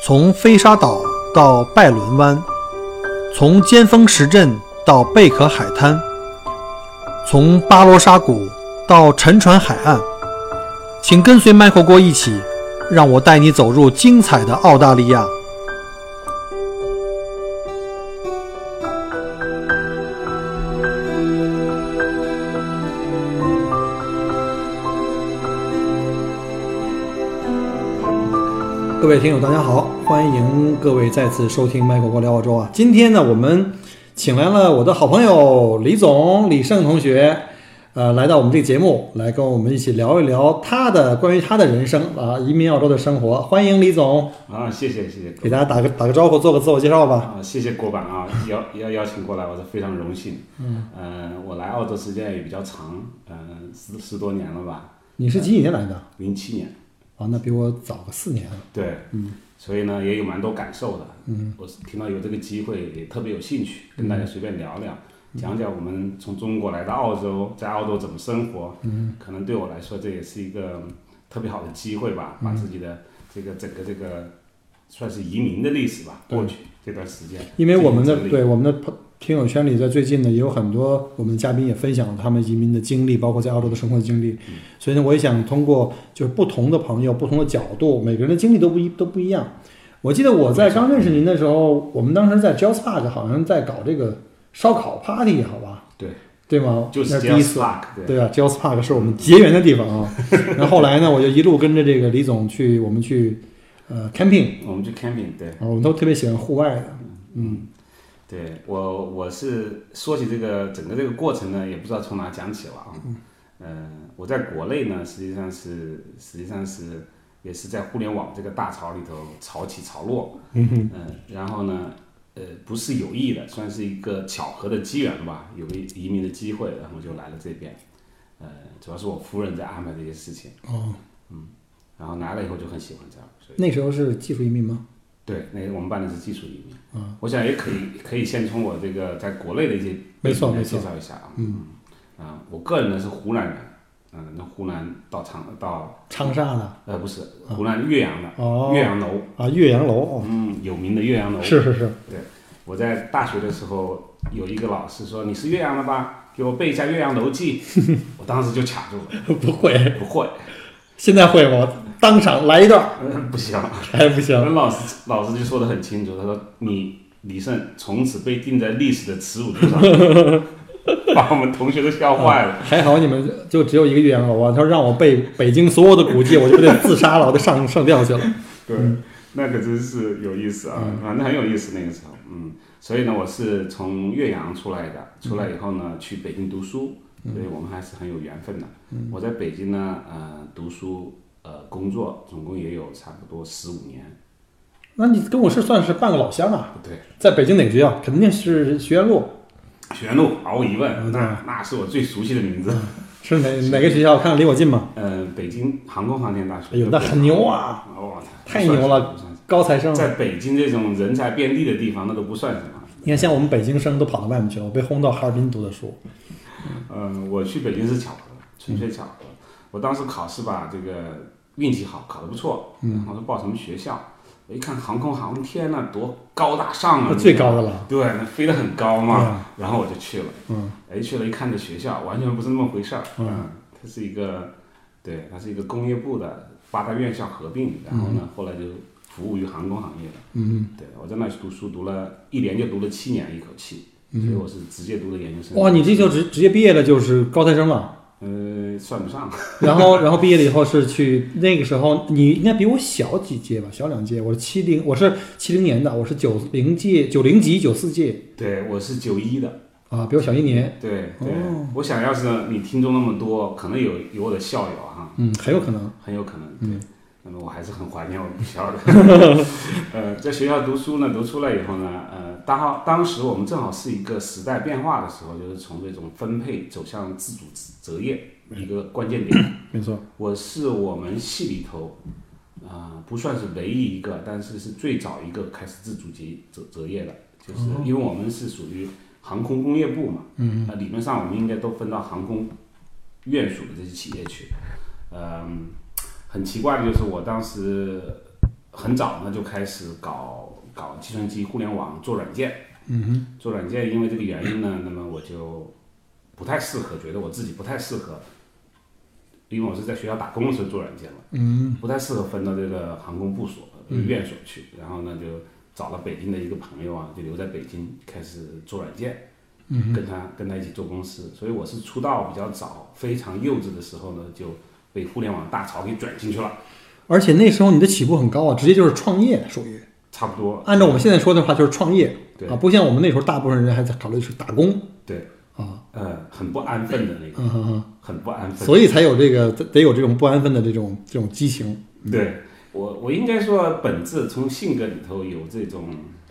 从飞沙岛到拜伦湾，从尖峰石镇到贝壳海滩，从巴罗沙谷到沉船海岸，请跟随麦克郭一起，让我带你走入精彩的澳大利亚。各位听友大家好，欢迎各位再次收听麦克郭聊澳洲啊。今天呢，我们请来了我的好朋友李总李胜同学，来到我们这个节目，来跟我们一起聊一聊关于他的人生啊，移民澳洲的生活。欢迎李总啊，谢谢， 给大家打个招呼，做个自我介绍吧。 谢谢郭板啊，邀请过来，我是非常荣幸。我来澳洲时间也比较长，十多年了吧。 你是几年来的 ？07年。 啊，那比我早个4年了。 对，所以呢也有蛮多感受的。我是听到有这个机会，也特别有兴趣跟大家随便聊聊，讲讲我们从中国来到澳洲，在澳洲怎么生活。可能对我来说这也是一个特别好的机会吧，把自己的这个整个这个算是移民的历史吧，过去这段时间。 因为我们的听友圈里，在最近呢也有很多我们的嘉宾也分享了他们移民的经历，包括在澳洲的生活的经历。所以呢，我也想通过就是不同的朋友、不同的角度，每个人的经历都不一样。我记得我在刚认识您的时候，我们当时在 Gels Park 好像在搞这个烧烤 party， 好吧？对吗？ 就是第一次 Gels Park， 对啊 ，Gels Park 是我们结缘的地方啊。然后后来呢，我就一路跟着这个李总我们去camping， 我们去 camping， 对， 我们都特别喜欢户外的， 对，我是说起这个整个这个过程呢，也不知道从哪讲起了啊。我在国内呢，实际上是也是在互联网这个大潮里头潮起潮落。然后呢，不是有意的，算是一个巧合的机缘吧，有个移民的机会，然后就来了这边。主要是我夫人在安排这些事情。然后来了以后就很喜欢这样。 那时候是技术移民吗？ 对，我们办的是技术移民。我想也可以先从我这个在国内的一些背景来介绍一下啊。我个人呢是湖南人，那湖南到长沙的？ 不是，湖南岳阳的。岳阳楼啊，岳阳楼。 有名的岳阳楼。 是。 对，我在大学的时候有一个老师说：“你是岳阳的吧？给我背一下《岳阳楼记》。”我当时就卡住了。 不会。 现在会吗？当场来一段。 不行， 还不行。 老师就说得很清楚，他说你李胜从此被钉在历史的耻辱柱上，把我们同学都笑坏了。 还好你们就只有一个岳阳楼啊！他说让我背北京所有的古迹，我就得自杀了，我得上吊去了。 对，那可真是有意思啊，反正很有意思那个时候。所以呢，我是从岳阳出来的，出来以后呢，去北京读书，所以我们还是很有缘分的。我在北京呢，读书。工作总共也有差不多15年。 那你跟我算是半个老乡啊？ 对， 在北京哪个学校？肯定是学院路。 学院路，毫无疑问，那是我最熟悉的名字。 是哪个学校？看离我近吗？ 北京航空航天大学。 哎呦，那很牛啊！太牛了，高材生。 在北京这种人才遍地的地方，那都不算什么。 你看，像我们北京生都跑到外面去了，我被轰到哈尔滨读的书。 我去北京是巧合，纯粹巧合。我当时考试吧，这个运气好，考得不错，然后说报什么学校，我一看航空航天那多高大上啊， 那最高的了， 对，那飞得很高嘛，然后我就去了，去了一看这学校完全不是那么回事儿，它是一个工业部的8大院校合并，然后呢，后来就服务于航空行业的，对，我在那读书读了1年就读了7年一口气，所以我是直接读的研究生。 哇，你这就直接毕业了就是高材生了。 算不上。然后毕业了以后是去那个时候，你应该比我小几届吧，小2届。我是70年的，我是90级、94届。 对，我是91的。 啊，比我小1年。 对。我想要是你听众那么多，可能有我的校友哈。 很有可能。 很有可能。对。那么我还是很怀念我的校的。在学校读书呢，读出来以后呢，当时我们正好是一个时代变化的时候，就是从这种分配走向自主择业一个关键点。 没错， 我是我们系里头，不算是唯一一个，但是是最早一个开始自主择业的，就是因为我们是属于航空工业部嘛，理论上我们应该都分到航空院属的这些企业去，很奇怪的就是我当时很早呢就开始搞计算机互联网做软件。做软件因为这个原因呢，那么我就不太适合，觉得我自己不太适合，因为我是在学校打工的时候做软件嘛，不太适合分到这个航空部所、院所去。然后呢，就找了北京的一个朋友啊，就留在北京开始做软件，跟他一起做公司。所以我是出道比较早，非常幼稚的时候呢，就被互联网大潮给转进去了。 而且那时候你的起步很高啊，直接就是创业，属于差不多。 按照我们现在说的话，就是创业。 对啊，不像我们那时候大部分人还在考虑是打工。 对啊， 很不安分的那个，很不安分， 所以才有这个得有这种不安分的这种激情。 对我应该说本质从性格里头有这种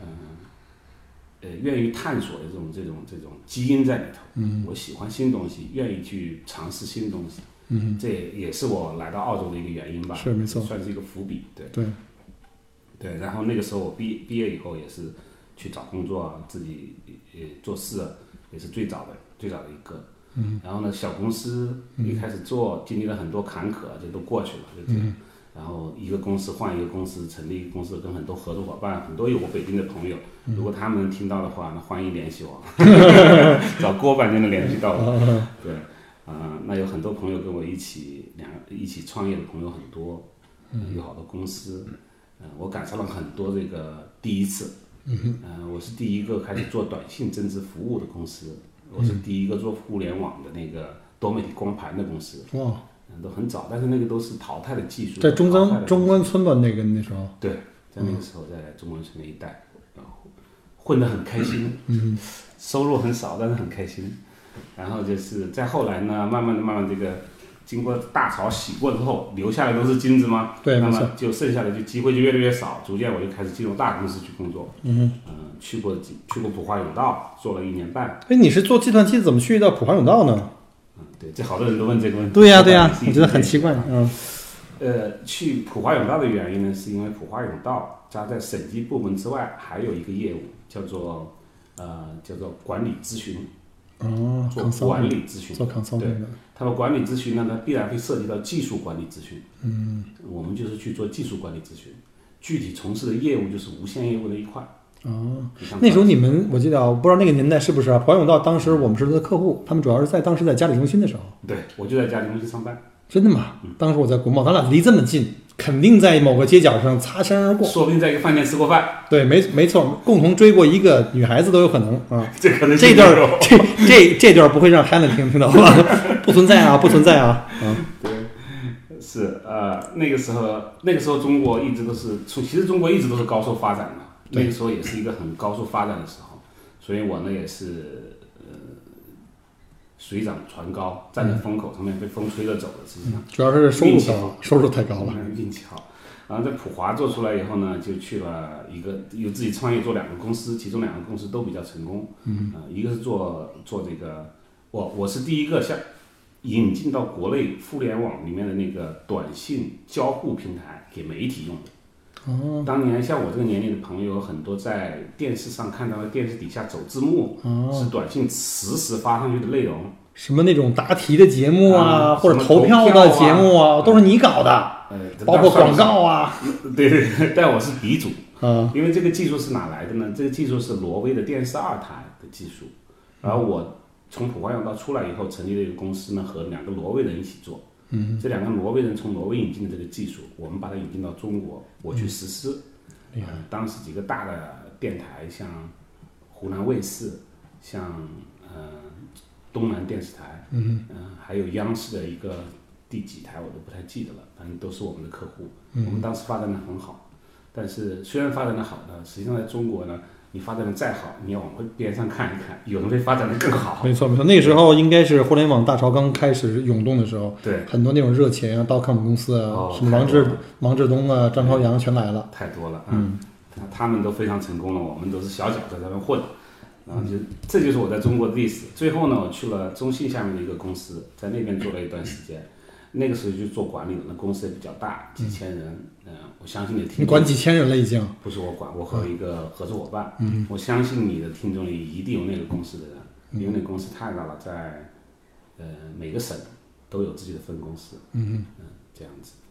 愿意探索的这种基因在里头。我喜欢新东西，愿意去尝试新东西。这也是我来到澳洲的一个原因吧。 是没错， 算是一个伏笔。对。然后那个时候我毕业以后也是去找工作啊，自己做事啊，也是最早的一个。然后呢，小公司一开始做，经历了很多坎坷，这都过去了，就这样。然后一个公司换一个公司，成立一个公司，跟很多合作伙伴，很多有我北京的朋友，如果他们能听到的话，那欢迎联系我，找郭板就能联系到我。对，那有很多朋友跟我一起创业的朋友很多，有好多公司，我赶上了很多这个第一次。我是第一个开始做短信增值服务的公司，我是第一个做互联网的那个多媒体光盘的公司。哇，都很早，但是那个都是淘汰的技术。 在中关村吧，那时候。 对，在那个时候，在中关村那一带，混得很开心。收入很少，但是很开心。然后就是再后来呢，慢慢这个经过大潮洗过之后，留下来都是金子吗？ 对， 那么就剩下的就机会就越来越少，逐渐我就开始进入大公司去工作。去过普华永道，做了1年半。 哎，你是做计算机怎么去到普华永道呢？ 对，这好多人都问这个问题。 对呀，我觉得很奇怪。 去普华永道的原因呢，是因为普华永道它在审计部门之外还有一个业务叫做管理咨询。做管理咨询， 做 consulting 的。 他们管理咨询呢，它必然会涉及到技术管理咨询。我们就是去做技术管理咨询，具体从事的业务就是无线业务的一块。那时候你们，我记得我不知道那个年代是不是啊？普华永道当时我们是他的客户，他们主要是当时在嘉里中心的时候。 对，我就在嘉里中心上班。 真的吗？当时我在国贸，咱俩离这么近，肯定在某个街角上擦身而过。 说不定在一个饭店吃过饭。 对，没错，共同追过一个女孩子都有可能啊。 这可能这段不会让 Helen 听到吧？不存在啊。 对，是那个时候中国一直都是其实中国一直都是高速发展的，那个时候也是一个很高速发展的时候，所以我呢也是水涨船高，站在风口上面被风吹着走的，实际上主要是收入太高了， 运气好。然后在普华做出来以后呢，就去了有自己创业做2个公司，其中2个公司都比较成功。一个是做这个，我是第一个引进到国内互联网里面的那个短信交互平台给媒体用的。当年像我这个年龄的朋友，很多在电视上看到的电视底下走字幕，是短信实时发上去的内容。 什么那种答题的节目或者投票的节目都是你搞的。包括广告啊。 对，但我是鼻祖。因为这个技术是哪来的呢？这个技术是挪威的电视2台的技术。然后我从普华永道出来以后，成立了一个公司呢，和2个挪威人一起做。这2个挪威人从挪威引进的这个技术，我们把它引进到中国，我去实施。当时几个大的电台，像湖南卫视，像东南电视台，还有央视的一个第几台我都不太记得了，反正都是我们的客户。我们当时发展的很好，但是虽然发展的好呢，实际上在中国呢，你发展的再好，你要往边上看一看，有人会发展的更好。 没错，那时候应该是互联网大潮刚开始涌动的时候， 对， 很多那种热钱啊，.com 公司啊，什么王志东啊、张朝阳全来了， 太多了。他们都非常成功了，我们都是小脚在那边混。然后这就是我在中国的历史。最后呢，我去了中信下面的一个公司，在那边做了一段时间。那个时候就做管理的，那公司也比较大，几千人。我相信你的听众， 你管几千人了已经？ 不是我管，我和一个合作伙伴。我相信你的听众里一定有那个公司的人，因为那个公司太大了，在每个省都有自己的分公司。这样子。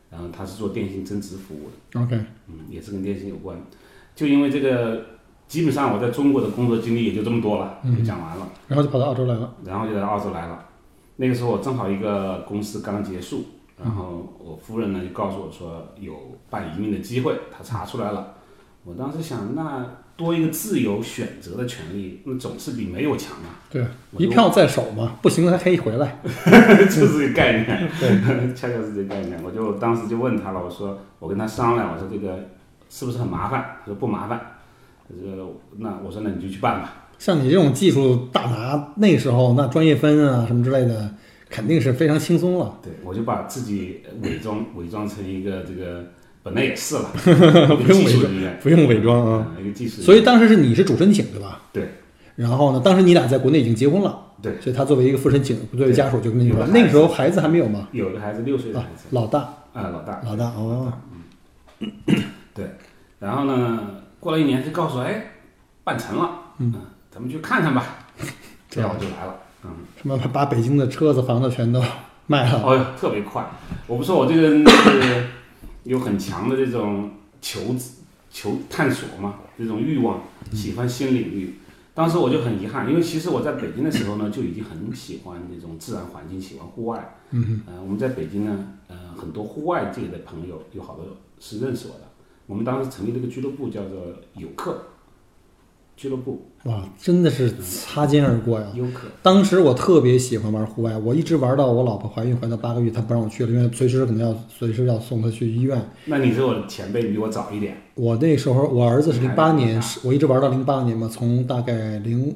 然后他是做电信增值服务的。 OK， 也是跟电信有关。就因为这个，基本上我在中国的工作经历也就这么多了，就讲完了。 然后就跑到澳洲来了。 然后就到澳洲来了。那个时候我正好一个公司刚结束，然后我夫人呢就告诉我说有办移民的机会，她查出来了。我当时想，那多一个自由选择的权利，那总是比没有强啊。 对，一票在手嘛，不行了还可以回来。 就是这个概念，对，恰恰是这个概念。我就当时就问他了，我跟他商量，我说这个是不是很麻烦？他说不麻烦。那我说那你就去办吧。 像你这种技术大拿，那时候那专业分啊什么之类的，肯定是非常轻松了。 对，我就把自己伪装成一个这个。本来也是了， 不用伪装啊， 一个技术人员。 所以当时你是主申请对吧？ 对。 然后呢，当时你俩在国内已经结婚了， 对。 所以他作为一个副申请，作为家属就跟你说，那个时候孩子还没有吗？ 有个孩子6岁的孩子。 老大。老大哦。 对。然后呢，过了1年就告诉我，哎，办成了，咱们去看看吧。这样我就来了， 什么把北京的车子房子全都卖了？ 哦哟，特别快。我不说我这个人是。有很强的这种求探索嘛，这种欲望，喜欢新领域。当时我就很遗憾，因为其实我在北京的时候呢，就已经很喜欢这种自然环境，喜欢户外。我们在北京呢，很多户外界的朋友有好多是认识我的。我们当时成立了一个俱乐部，叫做游客俱乐部。 哇，真的是擦肩而过呀！ 游客。 当时我特别喜欢玩户外，我一直玩到我老婆怀孕怀到8个月，她不让我去了，因为随时要送她去医院。 那你是我的前辈，比我早一点。 我那时候我儿子是08年，我一直玩到08年嘛，从大概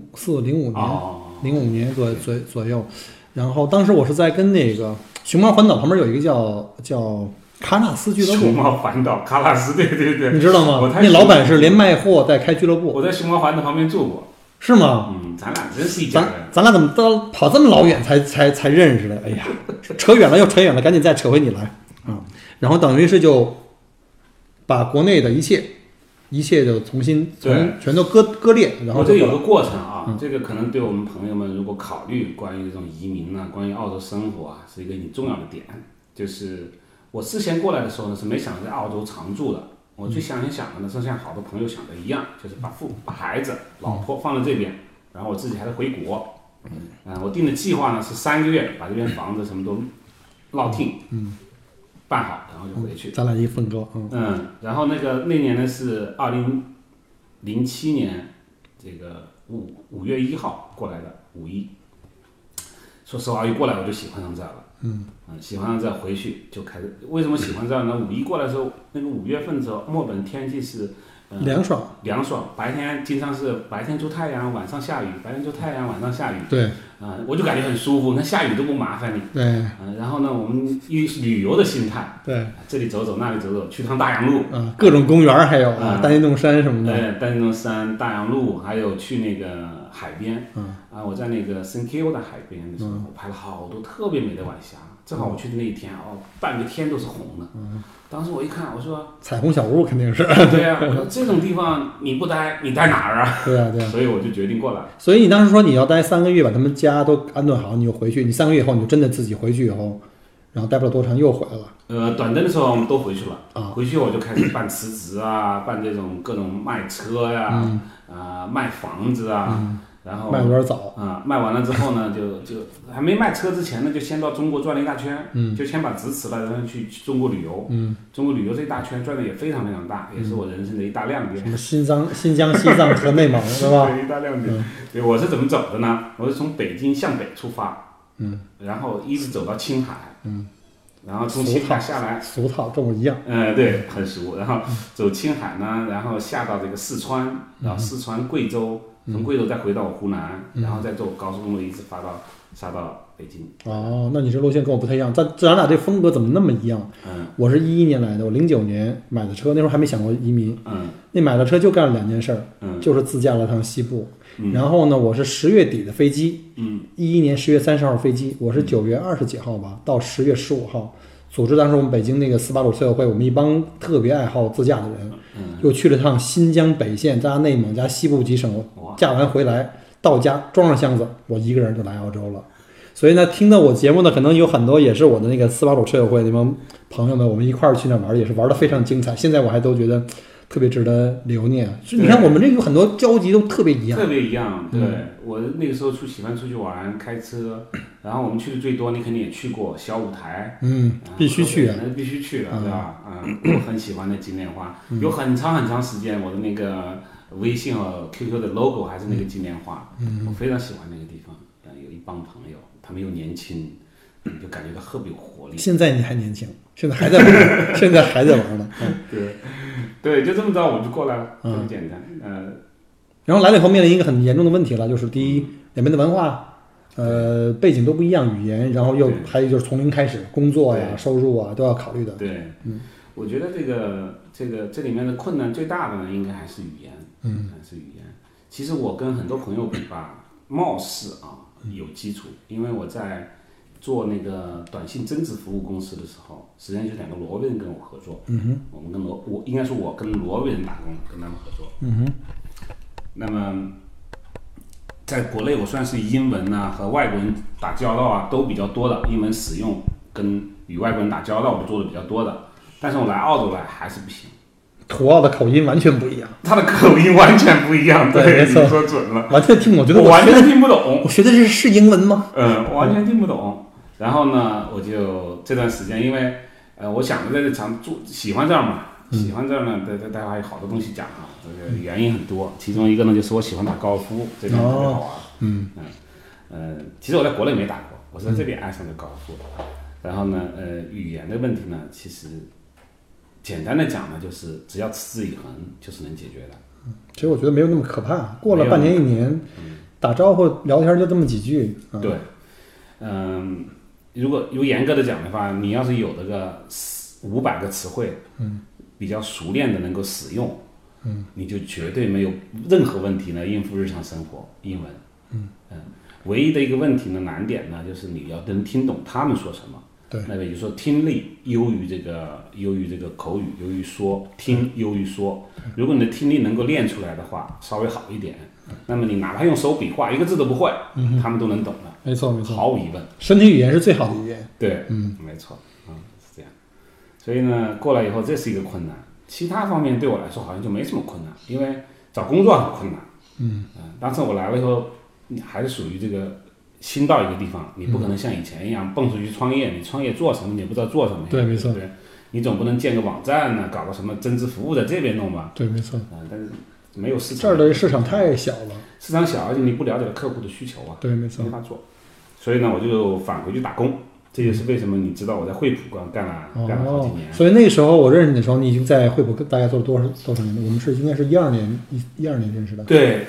04、05年左右。然后当时我是在跟那个熊猫环岛旁边有一个叫喀纳斯俱乐部。 熊猫环岛，喀纳斯，对， 你知道吗？那老板是连卖货带开俱乐部。 我在熊猫环岛旁边住过。 是吗？ 咱俩真是一家人。 咱俩怎么都跑这么老远才认识的？哎呀，扯远了又扯远了，赶紧再扯回你来啊！然后等于是就把国内的一切就重新全都割裂，然后这有个过程啊。这个可能对我们朋友们如果考虑关于这种移民啊，关于澳洲生活啊，是一个很重要的点。就是我之前过来的时候呢，是没想在澳洲常住的。我最想的呢，是像好多朋友想的一样，就是把孩子、老婆放在这边，然后我自己还得回国。我定的计划呢是3个月，把这边房子什么都落定，办好，然后就回去。 咱俩一分割。 然后那年呢是2007年这个5月1号过来的5·1。说实话，一过来我就喜欢上这儿了。喜欢上这儿回去就开始。为什么喜欢这儿呢？5·1过来的时候，那个5月份的时候，墨本天气是凉爽， 白天经常是白天出太阳，晚上下雨，白天出太阳，晚上下雨。 对。 我就感觉很舒服，你看下雨都不麻烦你。 对。 然后呢，我们以旅游的心态， 对， 这里走走，那里走走，去趟大洋路。 各种公园还有丹尼洞山什么的。 丹尼洞山、大洋路，还有去那个海边。我在那个圣 Q 的海边的时候，我拍了好多特别美的晚霞。正好我去的那一天，半个天都是红的。当时我一看，我说彩虹小屋肯定是。 对呀，我说这种地方你不待，你待哪儿啊？ 对啊。 所以我就决定过来。 所以你当时说你要待3个月，把他们家都安顿好，你就回去。你3个月以后，你就真的自己回去以后，然后待不了多长又回来了。 短暂的时候我们都回去了。回去我就开始办辞职啊，办这种各种卖车呀，卖房子啊。然后卖有点早卖完了之后呢，就还没卖车之前呢，就先到中国转了一大圈。就先把职辞了，然后去中国旅游。中国旅游这一大圈转的也非常非常大，也是我人生的一大亮点。 什么新疆、西藏和内蒙，是吧？ 一大亮点。对，我是怎么走的呢？我是从北京向北出发，然后一直走到青海，然后从青海下来， 俗套跟我一样。 对，很熟。然后走青海呢，然后下到这个四川，然后四川、贵州。从贵州再回到湖南，然后再坐高速公路一直杀到北京。 那你这路线跟我不太一样，咱俩这风格怎么那么一样？我是11年来的，我09年买的车，那时候还没想过移民。那买了车就干了2件事儿，就是自驾了趟西部。然后呢，我是10月底的飞机，11年10月30号飞机，我是9月20几号吧，到10月15号。组织当时我们北京那个斯巴鲁车友会，我们一帮特别爱好自驾的人，又去了趟新疆北线加内蒙加西部几省，驾完回来到家装上箱子，我一个人就来澳洲了。 所以呢，听到我节目呢，可能有很多也是我的那个斯巴鲁车友会那帮朋友们，我们一块儿去那玩，也是玩的非常精彩。现在我还都觉得特别值得留念。你看我们这有很多交集都特别一样， 特别一样。对、我那个时候喜欢出去玩，开车，然后我们去的最多，你肯定也去过小舞台， 必须去啊， 那必须去的，对吧？我很喜欢那金莲花，有很长时间，我的那个微信和 QQ 的 logo 还是那个金莲花，我非常喜欢那个地方。有一帮朋友，他们又年轻，就感觉到特别有活力。 现在你还年轻，现在还在玩，现在还在玩呢。 对，就这么着我就过来了，很简单。 然后来了以后面临一个很严重的问题了，就是第一，两边的文化，背景都不一样，语言，然后还有就是从零开始，工作呀、收入啊都要考虑的。 对，我觉得这里面的困难最大的呢，应该还是语言，还是语言。其实我跟很多朋友比吧。貌似有基础，因为我在做那个短信增值服务公司的时候，实际上就两个挪威人跟我合作。我们跟我应该说我跟挪威人打工，跟他们合作。那么在国内我算是英文啊和外国人打交道啊都比较多的，英文使用跟与外国人打交道我做的比较多的，但是我来澳洲来还是不行。 土澳的口音完全不一样， 他的口音完全不一样，对，你说准了， 完全听，我觉得我完全听不懂。 我学的是英文吗？ 完全听不懂。然后呢，我就这段时间，因为我想着在这常住，喜欢这儿嘛，喜欢这儿呢，待会还有好多东西讲啊，这个原因很多，其中一个呢就是我喜欢打高尔夫，这点特别好玩。其实我在国内没打过，我是在这边爱上的高尔夫。然后呢，语言的问题呢，其实。简单的讲呢，就是只要持之以恒，就是能解决的。 其实我觉得没有那么可怕，过了半年一年，打招呼聊天就这么几句。 对，如果严格的讲的话，你要是有这个500个词汇，比较熟练的能够使用，你就绝对没有任何问题呢应付日常生活英文。唯一的一个问题呢难点呢，就是你要能听懂他们说什么。那比如说听力优于这个口语，优于说，听优于说。如果你的听力能够练出来的话，稍微好一点，那么你哪怕用手比划，一个字都不会，他们都能懂的。 没错， 毫无疑问。 身体语言是最好的语言。 对，没错，是这样。所以呢，过来以后这是一个困难，其他方面对我来说好像就没什么困难，因为找工作很困难。当时我来了以后，还是属于这个。新到一个地方，你不可能像以前一样蹦出去创业。你创业做什么，你也不知道做什么。 对，没错。 对，你总不能建个网站呢，搞个什么增值服务在这边弄吧？ 对，没错。 但是没有市场。 这儿的市场太小了。 市场小，而且你不了解客户的需求啊。 对，没错。 没法做。所以呢，我就返回去打工。这就是为什么你知道我在惠普干了好几年。 所以那时候我认识你的时候，你已经在惠普大概做了多少年了？我们应该是12年认识的。 对，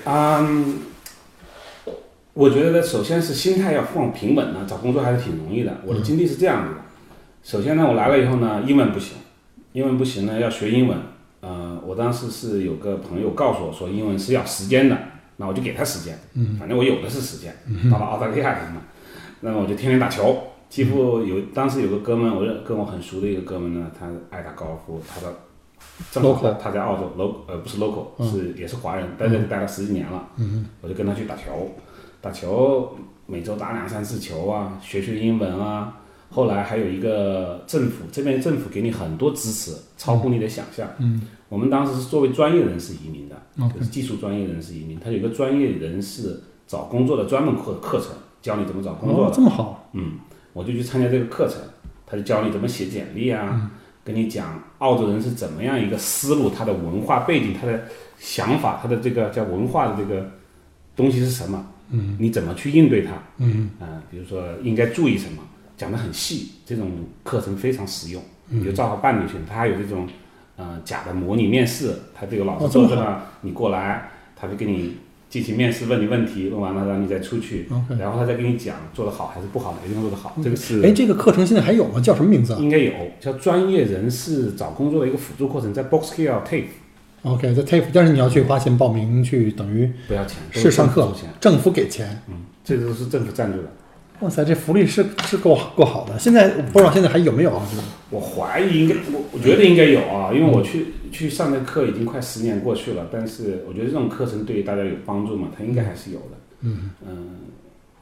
我觉得首先是心态要放平稳呢，找工作还是挺容易的。我的经历是这样子的，首先呢，我来了以后呢，英文不行呢，要学英文。我当时是有个朋友告诉我说，英文是要时间的，那我就给他时间，反正我有的是时间。到了澳大利亚嘛，那么我就天天打球，几乎当时有个哥们，跟我很熟的一个哥们呢，他爱打高尔夫，正好他在澳洲不是 local，也是华人，待了10几年了。我就跟他去打球，每周打2-3次球啊，学英文啊。后来还有一个这边政府给你很多支持，超乎你的想象。我们当时是作为专业人士移民的，就是技术专业人士移民。他有一个专业人士找工作的专门课程，教你怎么找工作。 这么好。 我就去参加这个课程，他就教你怎么写简历啊，跟你讲澳洲人是怎么样一个思路，他的文化背景，他的想法，他的这个叫文化的这个东西是什么。你怎么去应对它？比如说应该注意什么，讲得很细，这种课程非常实用，你就照好办就行。他还有这种假的模拟面试，他这个老师坐在那，你过来，他会给你进行面试，问你问题，问完了让你再出去，然后他再跟你讲做得好还是不好，哪个地方做得好。这个是这个课程现在还有吗？叫什么名字啊？ 应该有，叫专业人士找工作的一个辅助课程，在 Boxskill TAFE。 在 TAFE， 但是你要去花钱报名去，等于不要钱， 是上课，政府给钱。 这都是政府赞助的。 哇塞，这福利是够好的。现在不知道现在还有没有啊？ 我怀疑应该，我觉得应该有啊，因为我去上这课已经快10年过去了，但是我觉得这种课程对大家有帮助嘛，它应该还是有的。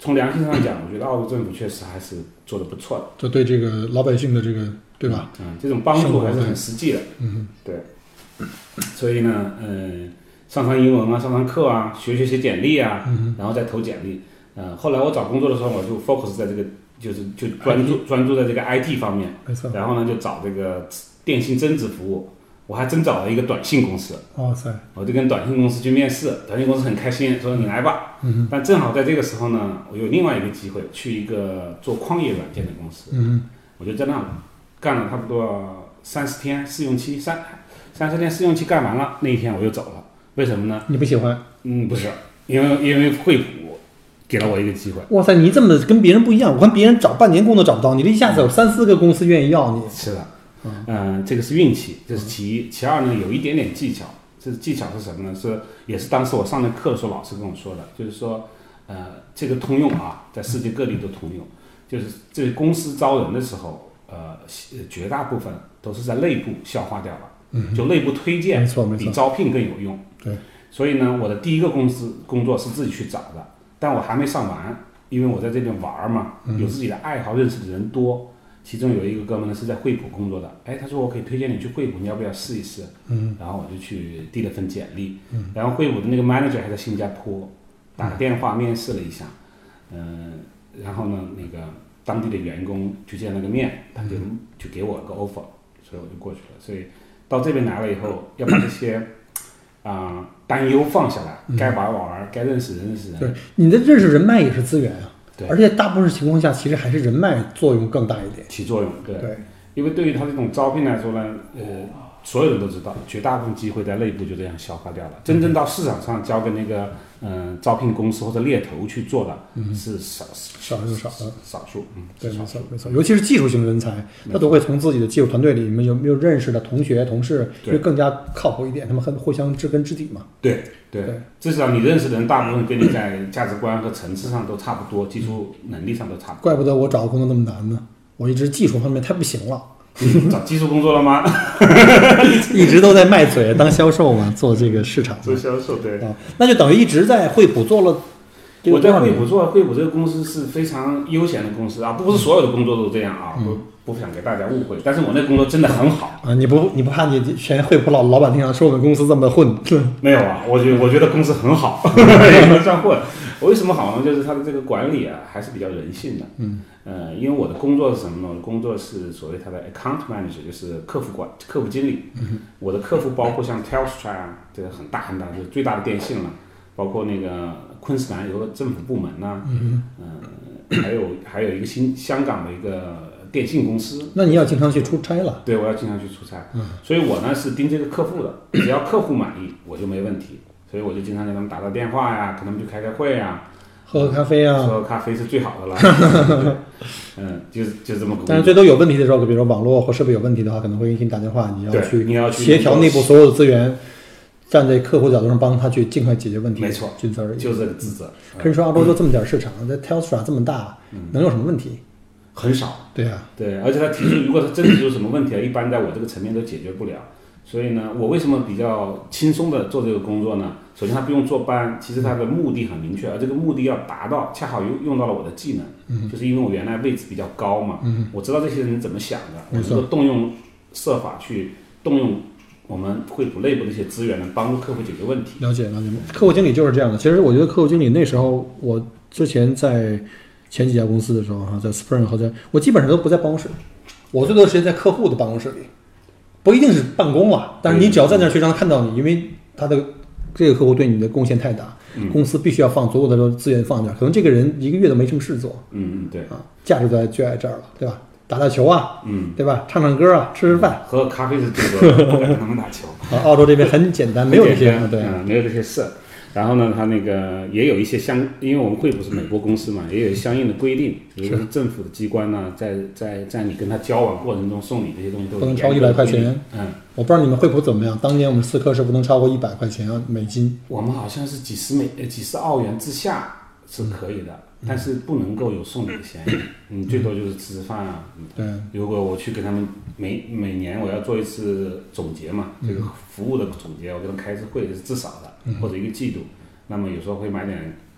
从良心上讲，我觉得澳洲政府确实还是做得不错的， 就对这个老百姓的这个，对吧？ 这种帮助还是很实际的。对。所以呢，上上英文啊，上上课啊，学写简历啊，然后再投简历。后来我找工作的时候，我就 focus 在这个，就专注在这个 IT 方面。 没错。 然后呢，就找这个电信增值服务。我还真找了一个短信公司。 哇塞！ 我就跟短信公司去面试，短信公司很开心，说你来吧。但正好在这个时候呢，我有另外一个机会，去一个做矿业软件的公司。我就在那干了差不多30天试用期，30天试用期干完了，那一天我就走了。为什么呢？ 你不喜欢？ 不是，因为惠普给了我一个机会。 哇塞，你这么跟别人不一样，我看别人找半年工作找不到，你这一下子有3、4个公司愿意要你。 是的。这个是运气，这是其一。其二呢，有一点点技巧。这技巧是什么呢？也是当时我上的课的时候老师跟我说的，就是说，这个通用啊，在世界各地都通用。就是这个公司招人的时候，绝大部分都是在内部消化掉了。就内部推荐比招聘更有用。 对。 所以呢，我的第一个公司工作是自己去找的，但我还没上完，因为我在这边玩嘛，有自己的爱好，认识的人多。其中有一个哥们呢是在惠普工作的，他说我可以推荐你去惠普，你要不要试一试？然后我就去递了份简历，然后惠普的那个 manager 还在新加坡，打个电话面试了一下，然后呢那个当地的员工去见了个面，他就给我个 offer， 所以我就过去了。所以到这边来了以后，要把这些担忧放下来，该玩，该认识人。 对，你的认识人脉也是资源啊。 对， 而且大部分情况下，其实还是人脉作用更大一点， 起作用。对，因为对于他这种招聘来说呢，所有人都知道，绝大部分机会在内部就这样消化掉了。真正到市场上交给那个招聘公司或者猎头去做的，是少数。 对，没错。尤其是技术型人才，他都会从自己的技术团队里面有没有认识的同学、同事，会更加靠谱一点。他们互相知根知底嘛。 对，至少你认识的人大部分跟你在价值观和层次上都差不多，技术能力上都差不多。 怪不得我找的工作那么难呢，我一直技术方面太不行了。 找技术工作了吗？ 一直都在卖嘴当销售嘛，做这个市场做销售。对那就等于一直在惠普做了。 我在惠普做，惠普这个公司是非常悠闲的公司啊，不是所有的工作都这样啊，不想给大家误会。但是我那工作真的很好啊，你不怕你全惠普老板听上说我们公司这么混？ 没有啊，我觉得公司很好，也不算混。为什么好呢？就是它的这个管理啊，还是比较人性的。因为我的工作是什么呢？我的工作是所谓它的 account manager， 就是客服经理。我的客户包括像 Telstra 啊，这个很大，就是最大的电信了，包括那个昆士兰有个政府部门呐，还有一个香港的一个电信公司。 那你要经常去出差了？ 对，我要经常去出差。所以我呢是盯这个客户的，只要客户满意，我就没问题。所以我就经常给他们打电话呀，跟他们去开会呀， 喝咖啡啊。 喝咖啡是最好的了。就是这么。 但是最多有问题的时候，比如说网络或设备有问题的话，可能会给你打电话，你要去协调内部所有的资源，站在客户角度上帮他去尽快解决问题。 没错， 仅此而已。 就这个职责。 可是说澳洲就这么点市场，在 Telstra 这么大，能有什么问题？ 很少。 对啊。 对，而且他提出，如果他真的有什么问题，一般在我这个层面都解决不了。所以呢，我为什么比较轻松的做这个工作呢？首先，他不用坐班，其实他的目的很明确，而这个目的要达到，恰好用到了我的技能，就是因为我原来位置比较高嘛，我知道这些人怎么想的，我能够动用设法去动用我们惠普内部的一些资源，能帮助客户解决问题。 了解。客户经理就是这样的。其实我觉得客户经理那时候，我之前在前几家公司的时候在 Spring 和我基本上都不在办公室，我最多的时间在客户的办公室里。不一定是办公了，但是你只要在那儿去让他看到你，因为他的这个客户对你的贡献太大，公司必须要放所有的资源放那儿。可能这个人一个月都没什么事做， 对啊，价值就在这儿了，对吧？打球啊，对吧？唱歌啊，吃饭， 喝咖啡是最多的，不敢跟他们打球。 澳洲这边很简单，没有这些，对， 没有这些事。然后呢，它那个也有一些因为我们惠普是美国公司嘛，也有相应的规定，比如说政府的机关呢，在你跟他交往过程中送礼这些东西都不能超100块钱。我不知道你们惠普怎么样，当年我们4克是不能超过100块钱美金。 我们好像是几十澳元之下是可以的，但是不能够有送礼的嫌疑。最多就是吃饭啊。 对。 如果我去给他们每年我要做一次总结嘛，这个服务的总结，我跟他们开一次会是至少的，或者一个季度。那么有时候会买点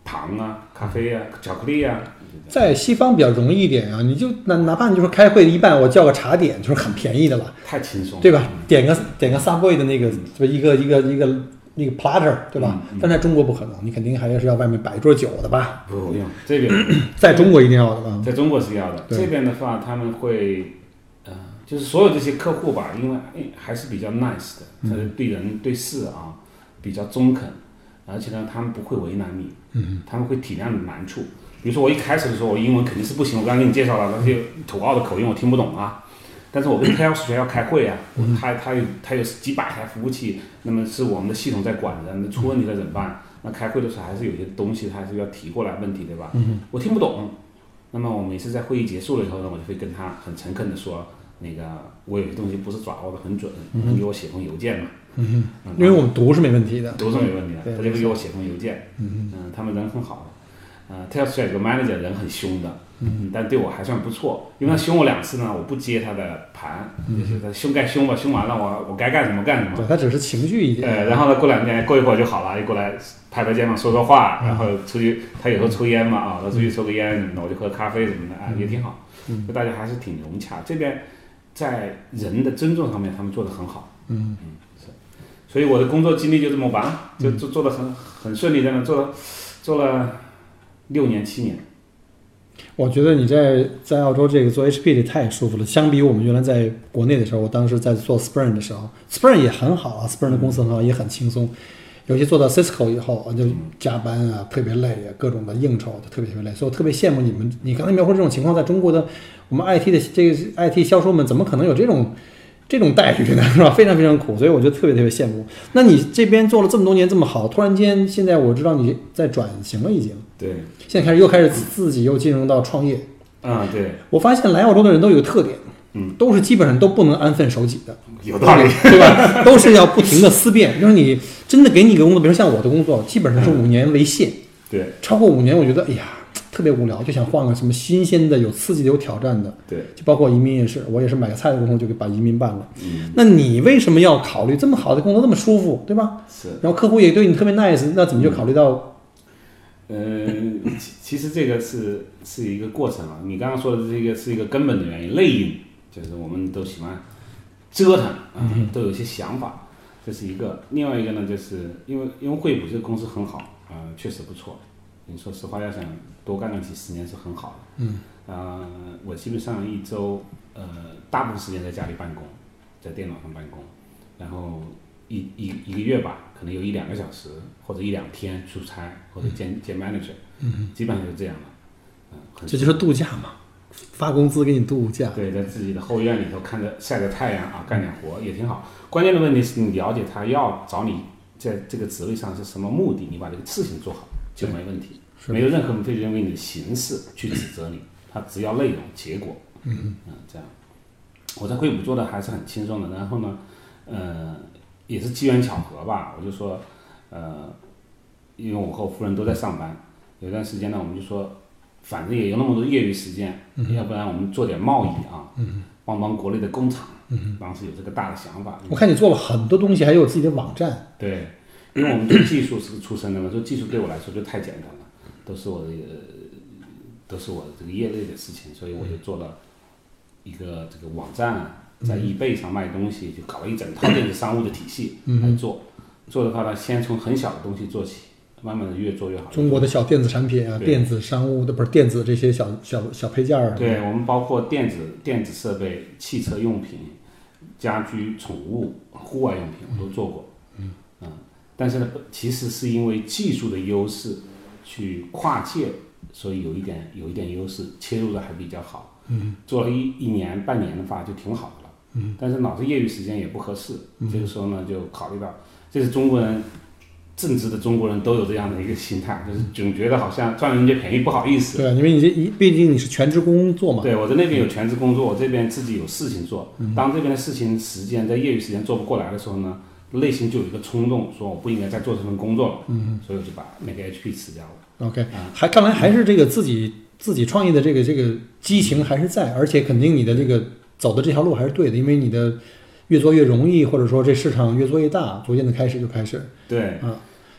糖啊、咖啡啊、巧克力啊。 在西方比较容易一点啊，你就哪怕你就是开会一半，我叫个茶点就是很便宜的了， 太轻松了， 对吧？点个 Subway 的那个，一个那个 platter， 对吧？但在中国不可能，你肯定还是要外面摆一桌酒的吧？ 不用，这边在中国一定要的吧？ 在中国是要的。这边的话，他们会，就是所有这些客户吧，因为还是比较 nice 的，对人对事啊比较中肯，而且呢，他们不会为难你，他们会体谅你难处。比如说我一开始的时候，我英文肯定是不行，我刚刚给你介绍了那些土澳的口音，我听不懂啊。但是我跟 Tails 学校开会啊，他有几百台服务器，那么是我们的系统在管着，那出问题了怎么办？那开会的时候还是有些东西还是要提过来问题，对吧？我听不懂，那么我每次在会议结束了以后呢，我就会跟他很诚恳的说，那个我有些东西不是抓握的很准，你给我写封邮件嘛。 因为我们读是没问题的， 读是没问题的，他就会给我写封邮件。他们人很好的。Tails 有个 manager 人很凶的，但对我还算不错，因为他凶我2次呢，我不接他的盘，就是他凶该凶吧，凶完了我该干什么干什么。 对，他只是情绪一点。 然后呢，过一会儿就好了，又过来拍拍肩膀说说话，然后出去，他有时候抽烟嘛他出去抽个烟什么的，我就喝咖啡什么的也挺好，就大家还是挺融洽。这边在人的尊重上面，他们做得很好。是，所以我的工作经历就这么完，就做得很顺利，在那做了6年7年。 我觉得你在澳洲这个做 HP 里太舒服了，相比我们原来在国内的时候，我当时在做 Spring 的时候 ，Spring 也很好啊 ，Spring 的公司很好，也很轻松。尤其做到 Cisco 以后，就加班啊，特别累啊，各种的应酬特别累，所以我特别羡慕你们。你刚才描述这种情况，在中国的我们 IT 的这个 IT 销售们，怎么可能有这种待遇呢？是吧？非常非常苦，所以我就特别羡慕。那你这边做了这么多年这么好，突然间现在我知道你在转型了，已经。 对。 现在又开始自己又进入到创业。 对。 我发现来澳洲的人都有个特点，都是基本上都不能安分守己的。 有道理， 对吧？都是要不停的思辨。就是你真的给你一个工作，比如像我的工作，基本上是5年为限。 对。 超过5年，我觉得哎呀。特别无聊，就想换个什么新鲜的、有刺激的、有挑战的。 对， 就包括移民也是，我也是买个菜的工作就给把移民办了。那你为什么要考虑这么好的工作那么舒服，对吧？ 是。 然后客户也对你特别 nice， 那怎么就考虑到？ 其实这个是一个过程啊。你刚刚说的这个是一个根本的原因，内因就是我们都喜欢折腾都有一些想法，这是一个。另外一个呢，就是因为惠普这个公司很好确实不错。你说实话，要想多干个几10年是很好的。我基本上一周大部分时间在家里办公，在电脑上办公，然后一个月吧，可能有1-2个小时或者1-2天出差或者见 manager，基本上就这样了。 这就是度假嘛，发工资给你度假。 对，在自己的后院里头看着晒着太阳干点活也挺好。关键的问题是你了解他要找你在这个职位上是什么目的，你把这个事情做好就没问题。没有任何人会认为你的形式去指责你，他只要内容结果。这样，我在惠普做的还是很轻松的。然后呢，也是机缘巧合吧，我就说，因为我和我夫人都在上班，有段时间呢，我们就说，反正也有那么多业余时间，要不然我们做点贸易啊，帮帮国内的工厂。当时有这个大的想法。 我看你做了很多东西，还有自己的网站。 对，因为我们做技术是出身的嘛，做技术对我来说就太简单了。都是我的这个业内的事情，所以我就做了一个这个网站，在eBay上卖东西，就搞了一整套电子商务的体系来做。做的话呢，先从很小的东西做起，慢慢的越做越好。 中国的小电子产品啊，电子商务的不是电子这些小配件儿。 对，我们包括电子设备、汽车用品、家居、宠物、户外用品我都做过。但是呢，其实是因为技术的优势。去跨界，所以有一点优势，切入的还比较好。做了一年半年的话就挺好的了。但是老是业余时间也不合适。这个时候呢，就考虑到这是中国人，正直的中国人都有这样的一个心态，就是总觉得好像赚人家便宜不好意思。 对，因为你毕竟你是全职工作嘛。 对，我在那边有全职工作，我这边自己有事情做。当这边的事情时间在业余时间做不过来的时候呢，内心就有一个冲动，说我不应该再做这份工作了。所以我就把那个 HP 辞掉了。 OK，看来还是这个自己创业的这个激情还是在，而且肯定你的这个走的这条路还是对的，因为你的越做越容易，或者说这市场越做越大，逐渐的开始。 对，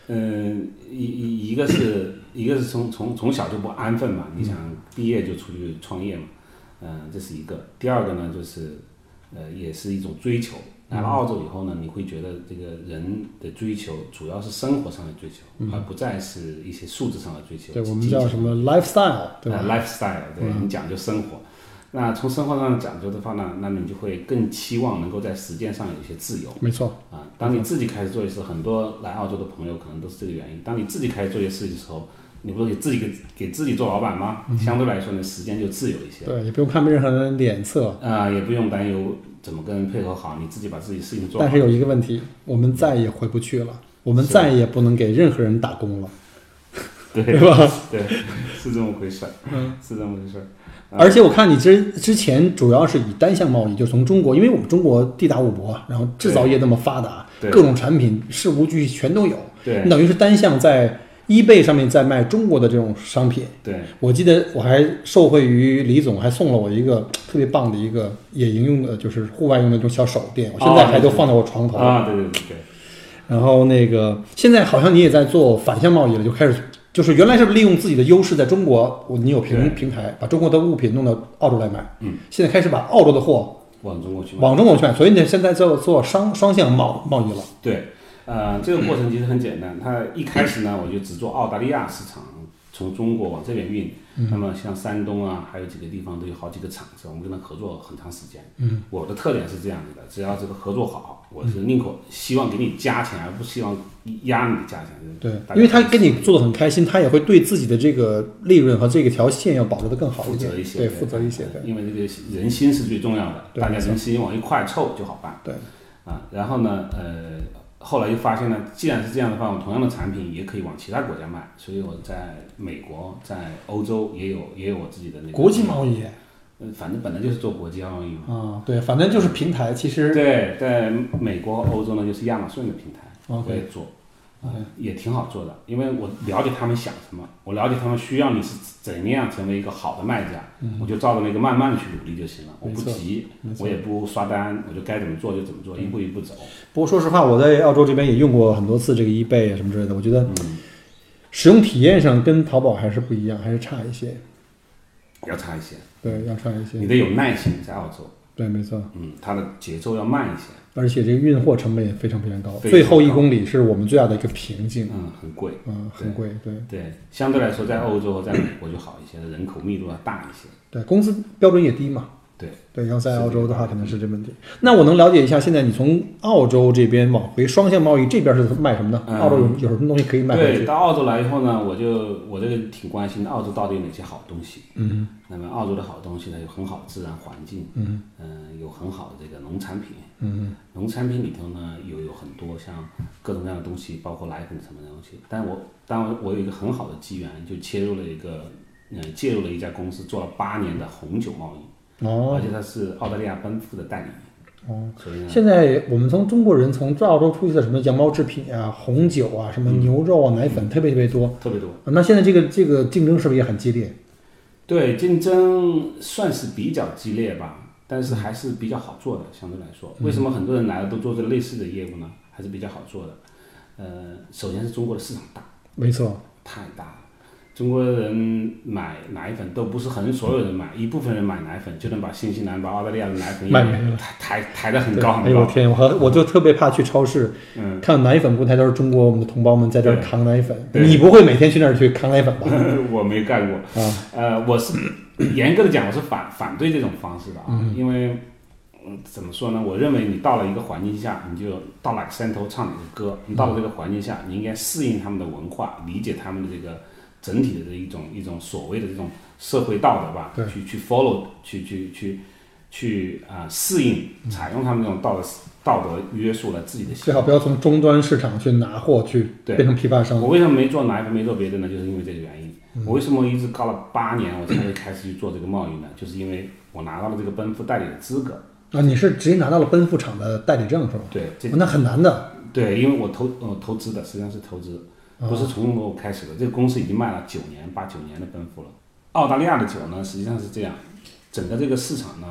一个是从小就不安分嘛，你想毕业就出去创业嘛，这是一个。第二个呢，就是也是一种追求。来了澳洲以后呢，你会觉得这个人的追求主要是生活上的追求，而不再是一些数字上的追求。 对，我们叫什么 lifestyle， 对吧 ？lifestyle， 对，你讲究生活。那从生活上讲究的话呢，那你就会更期望能够在时间上有一些自由。 没错。 当你自己开始做一些事，很多来澳洲的朋友可能都是这个原因。当你自己开始做一些事情的时候，你不是给自己做老板吗？相对来说呢，时间就自由一些。 对，也不用看任何人脸色也不用担忧怎么跟人配合好，你自己把自己事情做好。 但是有一个问题，我们再也回不去了，我们再也不能给任何人打工了， 对吧？ 对，是这么回事。是这么回事。 而且我看你之前主要是以单向贸易，就从中国，因为我们中国地大物博，然后制造业那么发达，各种产品事无巨细全都有， 对， 你等于是单向在eBay 上面在卖中国的这种商品。 对， 我记得我还受惠于李总，还送了我一个特别棒的一个野营用的，就是户外用的那种小手电，我现在还都放在我床头。 对。 然后现在好像你也在做反向贸易了，就开始。就是原来是利用自己的优势，在中国你有平台，把中国的物品弄到澳洲来卖。现在开始把澳洲的货往中国去卖，所以你现在做双向贸易了。 对，这个过程其实很简单。它一开始呢，我就只做澳大利亚市场，从中国往这边运。那么像山东啊，还有几个地方都有好几个厂子，我们跟他合作很长时间。我的特点是这样子的，只要这个合作好，我是宁可希望给你加钱，而不希望压你的价钱。 对，因为他跟你做的很开心，他也会对自己的这个利润和这个条线要保留的更好一点，负责一些。对， 因为这个人心是最重要的，大家人心往一块凑就好办。 对， 然后呢，后来就发现呢，既然是这样的话，我同样的产品也可以往其他国家卖，所以我在美国、在欧洲也有我自己的那个国际贸易。 反正本来就是做国际贸易嘛。 对，反正就是平台。其实对，在美国、欧洲呢，就是亚马逊的平台， 我也做。也挺好做的，因为我了解他们想什么，我了解他们需要你是怎么样成为一个好的卖家，我就照着那个慢慢的去努力就行了，我不急，我也不刷单，我就该怎么做就怎么做，一步一步走。 不过说实话，我在澳洲这边也用过很多次这个 eBay 啊什么之类的，我觉得使用体验上跟淘宝还是不一样，还是差一些。 要差一些。 对，要差一些。 你得有耐心，在澳洲。 对，没错。 它的节奏要慢一些。 而且这个运货成本也非常非常高，最后1公里是我们最大的一个瓶颈。 很贵。 很贵。 对，相对来说，在欧洲和在美国就好一些，人口密度要大一些。 对，工资标准也低嘛。对，要在澳洲的话，可能是这问题。那我能了解一下，现在你从澳洲这边往回双向贸易这边是卖什么呢？澳洲有什么东西可以卖回去？ 对，到澳洲来以后呢，我这个挺关心澳洲到底有哪些好东西。那么澳洲的好东西呢，有很好的自然环境。有很好的这个农产品。农产品里头呢，有很多像各种各样的东西，包括奶粉什么的东西。但我有一个很好的机缘，就介入了一家公司，做了8年的红酒贸易。而且他是澳大利亚奔富的代理。所以呢， 现在我们中国人从澳洲出去的什么羊毛制品啊、红酒啊、什么牛肉啊、奶粉特别多。那现在这个竞争是不是也很激烈？ 对，竞争算是比较激烈吧，但是还是比较好做的，相对来说。为什么很多人来了都做这类似的业务呢？还是比较好做的。首先是中国的市场大。没错。太大了。中国人买奶粉都不是所有人买，一部分人买奶粉就能把新西兰、把澳大利亚的奶粉抬得很高很高。哎呦天，我就特别怕去超市，看奶粉柜台都是中国我们的同胞们在这儿扛奶粉。你不会每天去那儿去扛奶粉吧？我没干过。我是严格的讲，我是反对这种方式的啊，因为怎么说呢？我认为你到了一个环境下，你就到哪个山头唱哪个歌。你到了这个环境下，你应该适应他们的文化，理解他们的这个整体的这一种所谓的这种社会道德吧，去 follow， 去适应，采用他们这种道德约束了自己的行为。最好不要从终端市场去拿货去变成批发商。我为什么没做奶粉，没做别的呢？就是因为这个原因。我为什么一直搞了8年我才会开始去做这个贸易呢？就是因为我拿到了这个奔富代理的资格。你是直接拿到了奔富厂的代理证是吧？对，那很难的。对，因为我投资的，实际上是投资。不是从我开始的，这个公司已经卖了8、9年的奔富了。澳大利亚的酒呢，实际上是这样，整个这个市场呢，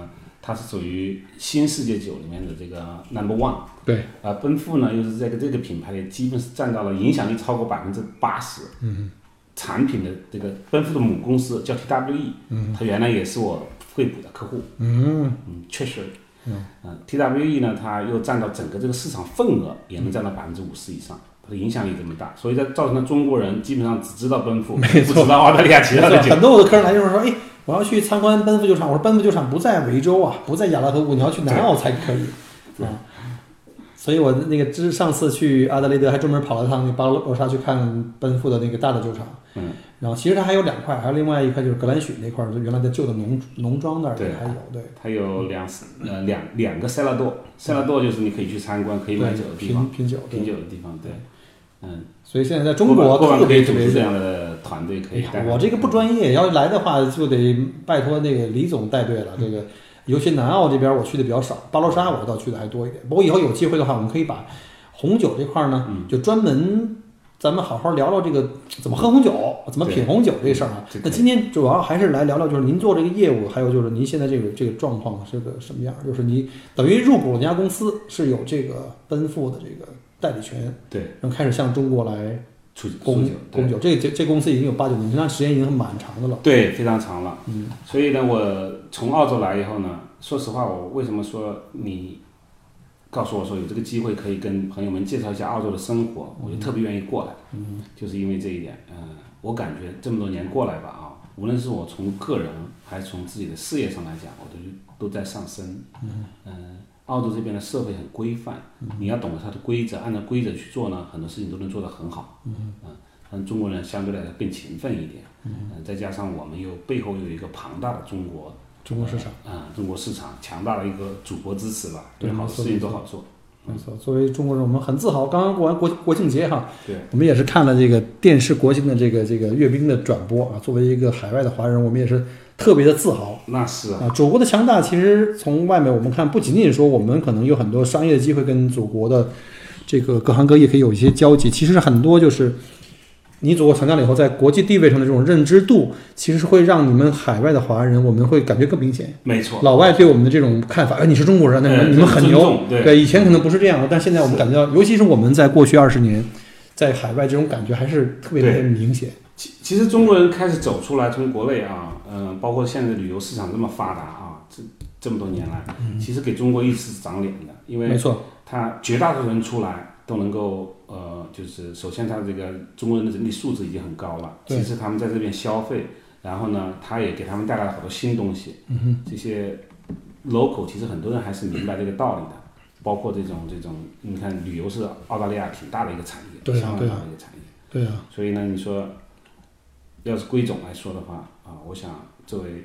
它是属于新世界酒里面的这个 No.1。 对。 奔富呢又是在这个品牌里基本是占到了影响力超过80%。产品的这个奔富的母公司叫 TWE，它原来也是我惠普的客户。确实。TWE 呢，它又占到整个这个市场份额也能占到50%以上。它的影响力这么大，所以它造成了中国人基本上只知道奔富，不知道澳大利亚其他的酒。 很多我的客人来就是说，哎，我要去参观奔富酒厂。我说奔富酒厂不在维州啊，不在亚拉河谷，你要去南澳才可以。所以我那个上次去阿德雷德还专门跑了趟那巴罗沙去看奔富的那个大的酒厂。然后其实它还有2块，还有另外一块就是格兰许那块，就原来的旧的农庄那儿还有。对， 它有两个塞拉多就是你可以去参观，可以买酒的地方，品酒的地方。对。 所以现在在中国特别组织这样的团队可以带。 我这个不专业，要来的话就得拜托那个李总带队了。这个尤其南澳这边我去的比较少，巴罗沙我倒去的还多一点。不过以后有机会的话，我们可以把红酒这块呢，就专门咱们好好聊聊这个怎么喝红酒，怎么品红酒这个事儿啊。那今天主要还是来聊聊，就是您做这个业务，还有就是您现在这个状况是个什么样？就是你等于入股了家公司，是有这个奔富的这个代理权， 对， 然后开始向中国来供酒。这公司已经有8-9年，实际上时间已经很蛮长的了。 对，非常长了。所以呢，我从澳洲来以后呢，说实话，我为什么说你告诉我说有这个机会可以跟朋友们介绍一下澳洲的生活，我就特别愿意过来。就是因为这一点。我感觉这么多年过来吧啊，无论是我从个人还是从自己的事业上来讲，我都在上升。澳洲这边的社会很规范，你要懂得它的规则，按照规则去做呢，很多事情都能做得很好。但中国人相对来说更勤奋一点。再加上我们背后有一个庞大的中国市场。中国市场强大的一个祖国支持吧，对，好事情都好做。 没错，作为中国人，我们很自豪。刚刚过完国庆节哈， 对， 我们也是看了这个电视国庆的这个阅兵的转播啊。作为一个海外的华人，我们也是特别的自豪。 那是啊， 祖国的强大，其实从外面我们看，不仅仅说我们可能有很多商业的机会跟祖国的这个各行各业可以有一些交集，其实很多就是你祖国强大了以后，在国际地位上的这种认知度，其实是会让你们海外的华人，我们会感觉更明显。 没错， 老外对我们的这种看法，你是中国人，那你们很牛。对，以前可能不是这样的，但现在我们感觉到，尤其是我们在过去20年，在海外这种感觉还是特别的明显。 其实中国人开始走出来，从国内啊，包括现在旅游市场这么发达啊，这么多年来，其实给中国一直是长脸的，因为没错， 他绝大多数人出来都能够就是首先他这个中国人的人力素质已经很高了，其次他们在这边消费，然后呢，他也给他们带来了好多新东西。这些 local 其实很多人还是明白这个道理的，包括这种，你看旅游是澳大利亚挺大的一个产业，相当大的一个产业。 对啊。 所以呢，你说要是归总来说的话啊，我想作为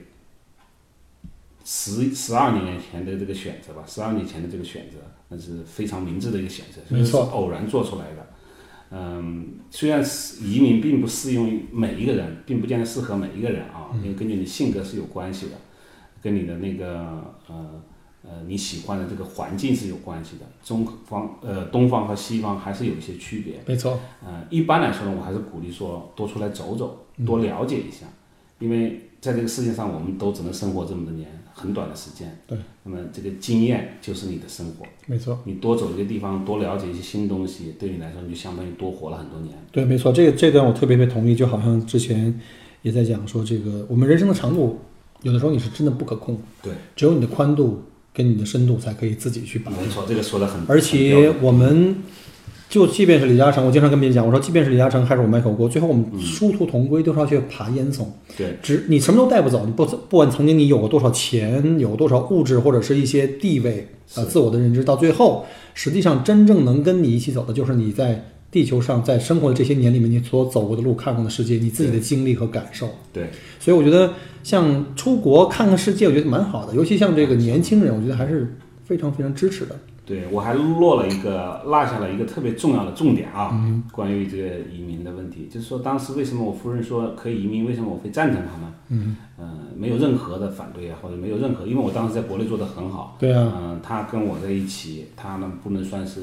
12年前的这个选择吧，12年前的这个选择，那是非常明智的一个选择， 没错， 是偶然做出来的。虽然移民并不适用于每一个人，并不见得适合每一个人啊，因为根据你性格是有关系的，跟你的那个你喜欢的这个环境是有关系的。东方和西方还是有一些区别。 没错。 一般来说呢，我还是鼓励说多出来走走，多了解一下，因为在这个世界上我们都只能生活这么多年，很短的时间。 对。 那么这个经验就是你的生活。 没错。 你多走一个地方，多了解一些新东西，对你来说你就相当于多活了很多年。 对，没错，这段我特别同意。就好像之前也在讲说，这个我们人生的长度，有的时候你是真的不可控。 对。 只有你的宽度跟你的深度才可以自己去把握。 没错，这个说得很。 而且我们就即便是李嘉诚，我经常跟别人讲，我说即便是李嘉诚还是我迈克尔郭，最后我们殊途同归，都是要去爬烟囱。 对。 你什么都带不走，你不管曾经你有过多少钱，有多少物质或者是一些地位自我的认知，到最后实际上真正能跟你一起走的，就是你在地球上在生活的这些年里面，你所走过的路、看过的世界，你自己的经历和感受。 对。 所以我觉得像出国看看世界，我觉得蛮好的，尤其像这个年轻人，我觉得还是非常非常支持的。 对，我还落下了一个特别重要的重点啊，关于这个移民的问题，就是说当时为什么我夫人说可以移民，为什么我会赞成他呢？没有任何的反对啊，或者没有任何，因为我当时在国内做得很好。 对啊。 他跟我在一起，他呢不能算是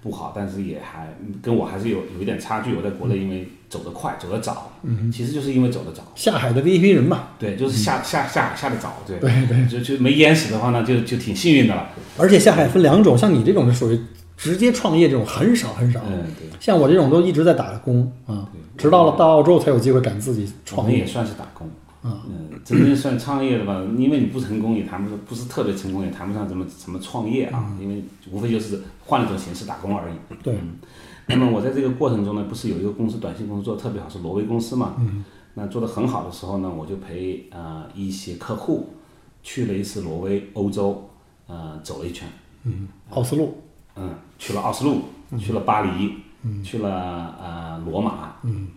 不好，但是也还跟我还是有一点差距。我在国内因为走得快，走得早，其实就是因为走得早。 下海的第一批人嘛。 对，就是下得早，对对， 就没淹死的话呢，就挺幸运的了。 而且下海分2种，像你这种是属于直接创业这种很少很少。 对。 像我这种都一直在打工啊，直到了到澳洲才有机会敢自己创业。 我们也算是打工。真正算创业的吧，因为你不成功也谈不上，不是特别成功也谈不上什么创业啊，因为无非就是换了一种形式打工而已。 对。 那么我在这个过程中呢，不是有一个公司短信公司做得特别好，是挪威公司嘛。那做得很好的时候呢，我就陪一些客户去了一次挪威、欧洲，走了一圈。 奥斯陆。 去了奥斯陆，去了巴黎，去了罗马。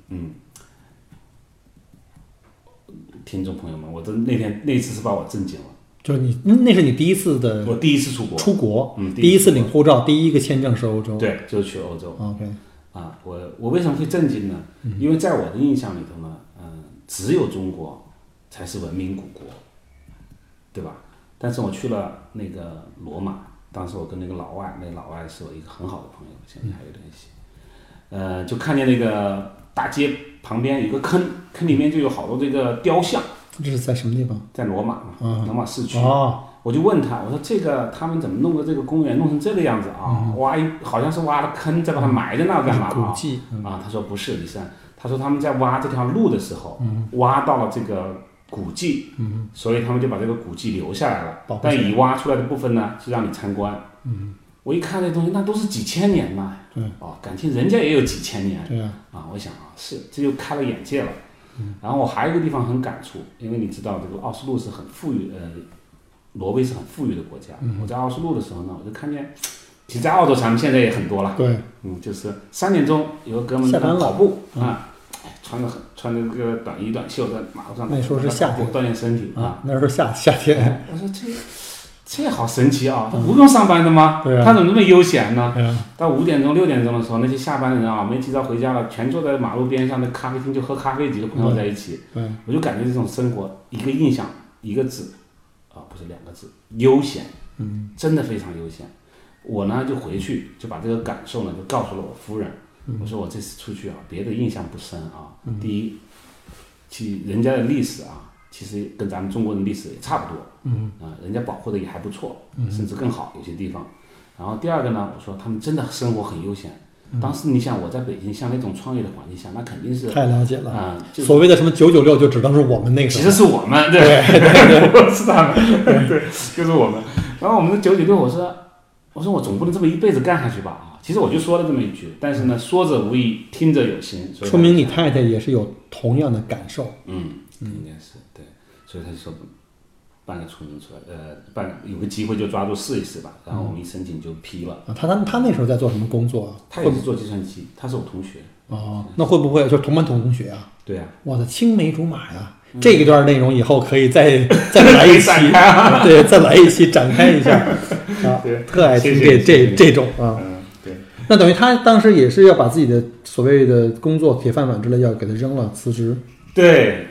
听众朋友们，我那次是把我震惊了。 就是那是你第一次的， 我第一次出国， 第一次领护照，第一个签证是欧洲。 对，就是去欧洲。 OK。 我为什么会震惊呢？因为在我的印象里头呢，只有中国才是文明古国，对吧？但是我去了那个罗马，当时我跟那个老外是我一个很好的朋友，现在还有联系。就看见那个大街旁边有一个坑里面就有好多这个雕像。 这是在什么地方？ 在罗马嘛，罗马市区。我就问他，我说这个他们怎么弄的这个公园弄成这个样子啊？好像是挖了坑，再把它埋在那干嘛啊？ 古迹。 他说不是，李生，他说他们在挖这条路的时候，挖到了这个古迹，所以他们就把这个古迹留下来了。但已挖出来的部分呢，是让你参观。我一看这东西，那都是几千年嘛。感情人家也有几千年。 对我想是，这就开了眼界了。然后我还有一个地方很感触，因为你知道这个奥斯陆是很富裕，挪威是很富裕的国家。我在奥斯陆的时候呢，我就看见，其实在澳洲咱们现在也很多了。 对。 就是3点钟有个哥们在跑步穿着这个短衣短袖在马路上。 那时候是夏天， 锻炼身体那时候夏天。 我说这好神奇啊！他不用上班的吗？他怎么那么悠闲呢？到5点钟、6点钟的时候，那些下班的人没提早回家了，全坐在马路边上的咖啡厅就喝咖啡，几个朋友在一起。我就感觉这种生活一个印象一个字，不是2个字，悠闲。真的非常悠闲。我呢就回去就把这个感受呢就告诉了我夫人。我说我这次出去别的印象不深第一，其人家的历史其实跟咱们中国人历史也差不多。人家保护的也还不错，甚至更好有些地方。然后第二个呢，我说他们真的生活很悠闲。当时你想我在北京像那种创业的环境下，那肯定是太了解了所谓的什么996就只当是我们那个时候， 其实是我们，对，是他们，对，就是我们。然后我们的996，我说我总不能这么一辈子干下去吧其实我就说了这么一句，但是呢，说者无意，听者有心， 说明你太太也是有同样的感受。 应该是对，所以他就说办个出名出来，有个机会就抓住试一试吧。然后我们一申请就批了。 他那时候在做什么工作他也是做计算机，他是我同学。 那会不会就同班同学啊？ 对我的青梅竹马呀！这一段内容以后可以再来一期，对，再来一期展开一下特爱听这种对。 那等于他当时也是要把自己的所谓的工作铁饭碗之类要给他扔了，辞职。 对，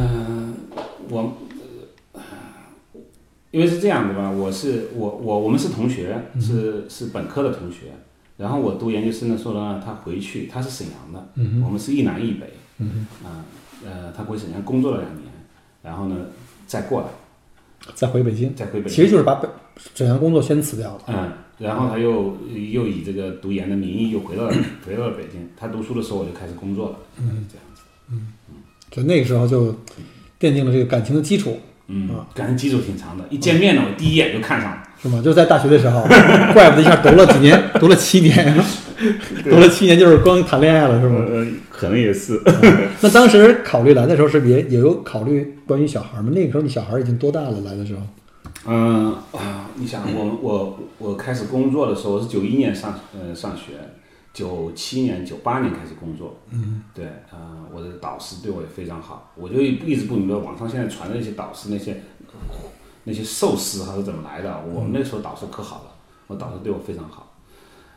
因为是这样的吧，我们是同学，是本科的同学。然后我读研究生的时候呢，他回去，他是沈阳的，我们是一南一北。他回沈阳工作了2年，然后呢再过来， 再回北京，其实就是把沈阳工作先辞掉了。 然后他又以这个读研的名义又回到了北京。他读书的时候我就开始工作了，这样子。 就那个时候就奠定了这个感情的基础。 感情基础挺长的，一见面呢，我第一眼就看上了。 是吗？就在大学的时候，怪不得一下读了几年，读了7年，读了7年就是光谈恋爱了，是吗？ 可能也是。 那当时考虑来的时候，是不是也有考虑关于小孩吗？那个时候你小孩已经多大了？来的时候？ 你想我开始工作的时候，我是91年上学，97年、98年开始工作。对，我的导师对我也非常好，我就一直不明白网上现在传的那些导师那些寿司还是怎么来的。我们那时候导师可好了，我导师对我非常好。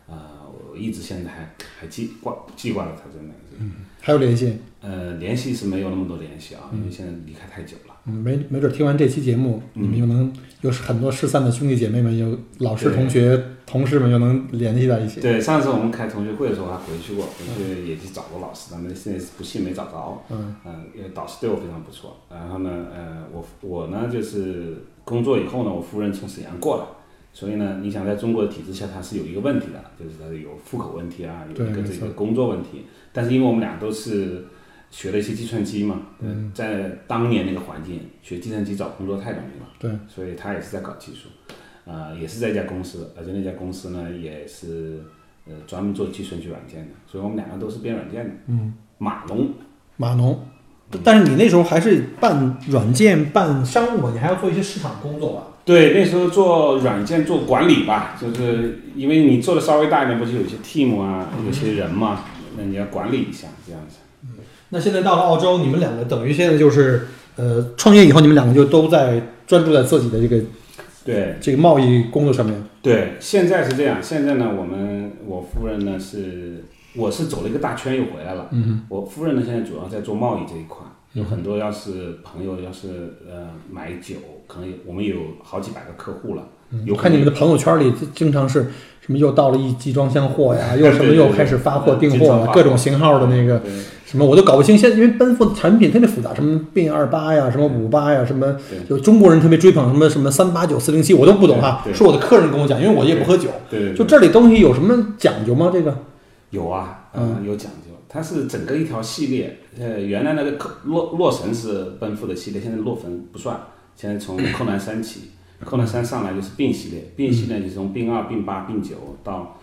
我一直现在还记挂着他这个名字。 还有联系？ 联系是没有那么多联系啊，因为现在离开太久了。 没准听完这期节目，你们又能有很多失散的兄弟姐妹们，有老师、同学、同事们又能联系在一起。 对，上次我们开同学会的时候还回去过，回去也去找过老师，但是现在不幸没找着。因为导师对我非常不错。然后呢，我呢就是工作以后呢，我夫人从沈阳过来，所以呢，你想在中国的体制下，它是有一个问题的，就是它有户口问题啊，有一个这个工作问题。但是因为我们俩都是学了一些计算机嘛，在当年那个环境，学计算机找工作太容易了， 对， 所以他也是在搞技术，也是在一家公司，而且那家公司呢也是专门做计算机软件的，所以我们两个都是编软件的。码农， 但是你那时候还是办软件、办商务嘛，你还要做一些市场工作吧？ 对，那时候做软件做管理吧，就是因为你做的稍微大一点，不就有些 team 啊，有些人嘛，那你要管理一下这样子。 那现在到了澳洲，你们两个等于现在就是创业以后，你们两个就都在专注在自己的这个贸易工作上面。 对，现在是这样。现在呢，我夫人呢我是走了一个大圈又回来了。我夫人呢现在主要在做贸易这一块，有很多要是朋友要是买酒，可能我们有好几百个客户了。 我看你们的朋友圈里经常是什么又到了一集装箱货呀，又什么又开始发货订货了，各种型号的那个什么我都搞不清。现在因为奔赴的产品特别复杂，什么并28呀，什么58呀，什么就中国人特别追捧什么389、407，我都不懂哈，是我的客人跟我讲，因为我也不喝酒。 对， 就这里东西有什么讲究吗？这个有啊，有讲究。它是整个一条系列，原来那个洛神是奔赴的系列，现在洛神不算，现在从寇南山起。寇南山上来就是并系列，并系列就是从并2、并8、并9到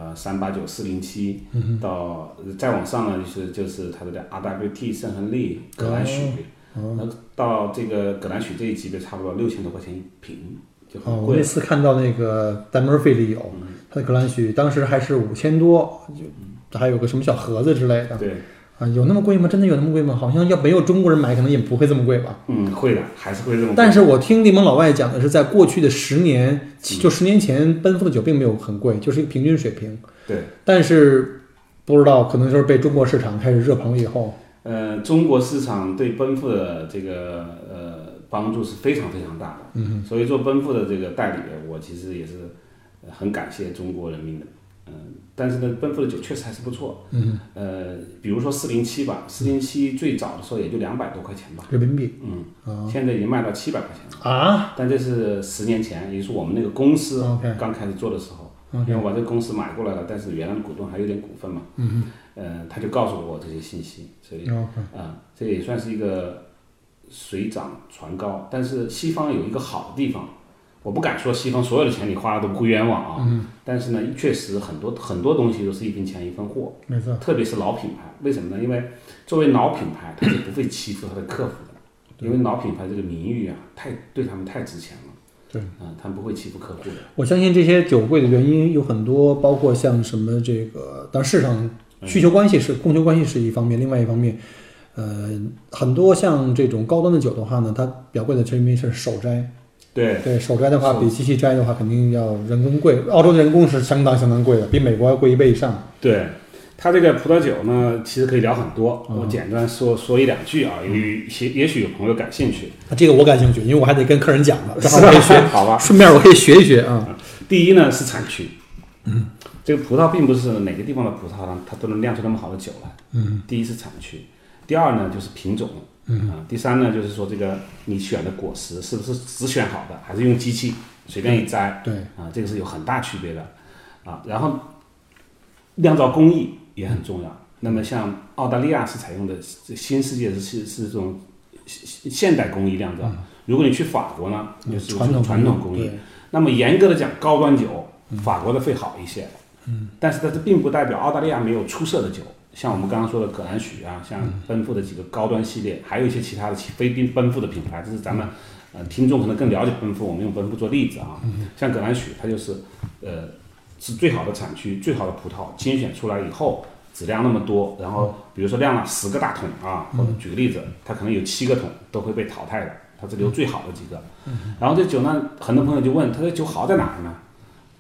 389、407，到再往上呢就是它的 RWT 圣亨利、葛兰许，到这个葛兰许这一级别差不多6000多块钱一瓶，就很贵。 我那次看到那个Dan Murphy 里有它的葛兰许，当时还是5000多，就还有个什么小盒子之类的。 对。 有那么贵吗？真的有那么贵吗？好像要没有中国人买，可能也不会这么贵吧。 会的，还是会这么贵。 但是我听柠檬老外讲的是，在过去的10年，就10年前，奔赴的酒并没有很贵，就是一个平均水平。 对。 但是不知道，可能就是被中国市场开始热捧以后， 中国市场对奔赴的这个帮助是非常非常大的。所以做奔赴的这个代理，我其实也是很感谢中国人民的。但是呢，奔赴的酒确实还是不错。比如说407吧，407最早的时候也就200多块钱吧， 人民币。 现在已经卖到700块钱了啊！ 但这是10年前，也就是我们那个公司刚开始做的时候，因为我把这个公司买过来了，但是原来的股东还有点股份嘛。他就告诉我这些信息，所以这也算是一个水涨船高。但是西方有一个好的地方。我不敢说西方所有的钱你花了都不冤枉啊，但是呢，确实很多东西都是一分钱一分货， 没错。 特别是老品牌，为什么呢？因为作为老品牌，它是不会欺负它的客户的，因为老品牌这个名誉啊，对他们太值钱了。 对， 他们不会欺负客户的。 我相信这些酒贵的原因有很多，包括像什么这个，当然市场需求关系是供求关系是一方面，另外一方面，很多像这种高端的酒的话呢，它比较贵的是因为是手摘。对，手摘的话比机器摘的话肯定要人工贵，澳洲的人工是相当贵的，比美国要贵1倍以上。 对，它这个葡萄酒呢，其实可以聊很多，我简单说1、2句啊，也许有朋友感兴趣。 这个我感兴趣，因为我还得跟客人讲呢，正好可以学， 好吧？ 顺便我可以学一学啊。 第一呢是产区，这个葡萄并不是哪个地方的葡萄它都能酿出那么好的酒来。第一是产区，第二呢就是品种。第三呢，就是说这个你选的果实是不是只选好的，还是用机器随便一摘？ 对， 这个是有很大区别的然后酿造工艺也很重要。那么像澳大利亚是采用的新世界是这种现代工艺酿造。如果你去法国呢，就是传统工艺。那么严格的讲，高端酒法国的会好一些。但是它这并不代表澳大利亚没有出色的酒。像我们刚刚说的葛兰许啊，像奔赴的几个高端系列，还有一些其他的非奔赴的品牌，这是咱们听众可能更了解奔赴，我们用奔赴做例子啊。像葛兰许，它就是是最好的产区、最好的葡萄精选出来以后，质量那么多，然后比如说酿了10个大桶啊，或者举个例子，它可能有7个桶都会被淘汰的，它只留最好的几个。然后这酒呢，很多朋友就问，它这酒好在哪儿呢？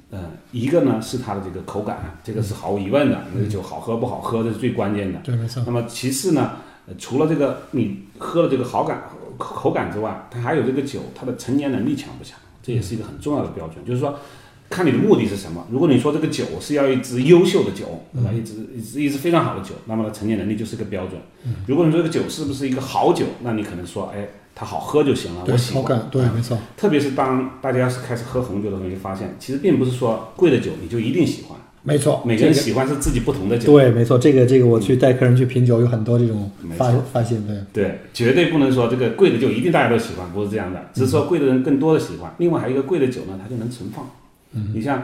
一个呢是它的这个口感，这个是毫无疑问的，那个酒好喝不好喝这是最关键的。 对，没错。 那么其次呢，除了这个你喝了这个口感之外，它还有这个酒它的陈年能力强不强，这也是一个很重要的标准。就是说，看你的目的是什么。如果你说这个酒是要一支优秀的酒，对吧？一支非常好的酒，那么它陈年能力就是个标准。如果你说这个酒是不是一个好酒，那你可能说，哎，它好喝就行了，我喜欢。 口感，对，没错。 特别是当大家要是开始喝红酒的时候，你会发现，其实并不是说贵的酒你就一定喜欢。 没错， 每个人喜欢是自己不同的酒。 对，没错，这个我去带客人去品酒，有很多这种发现， 对，绝对不能说这个贵的酒一定大家都喜欢，不是这样的，只是说贵的人更多的喜欢。另外还有一个贵的酒呢，它就能存放。你像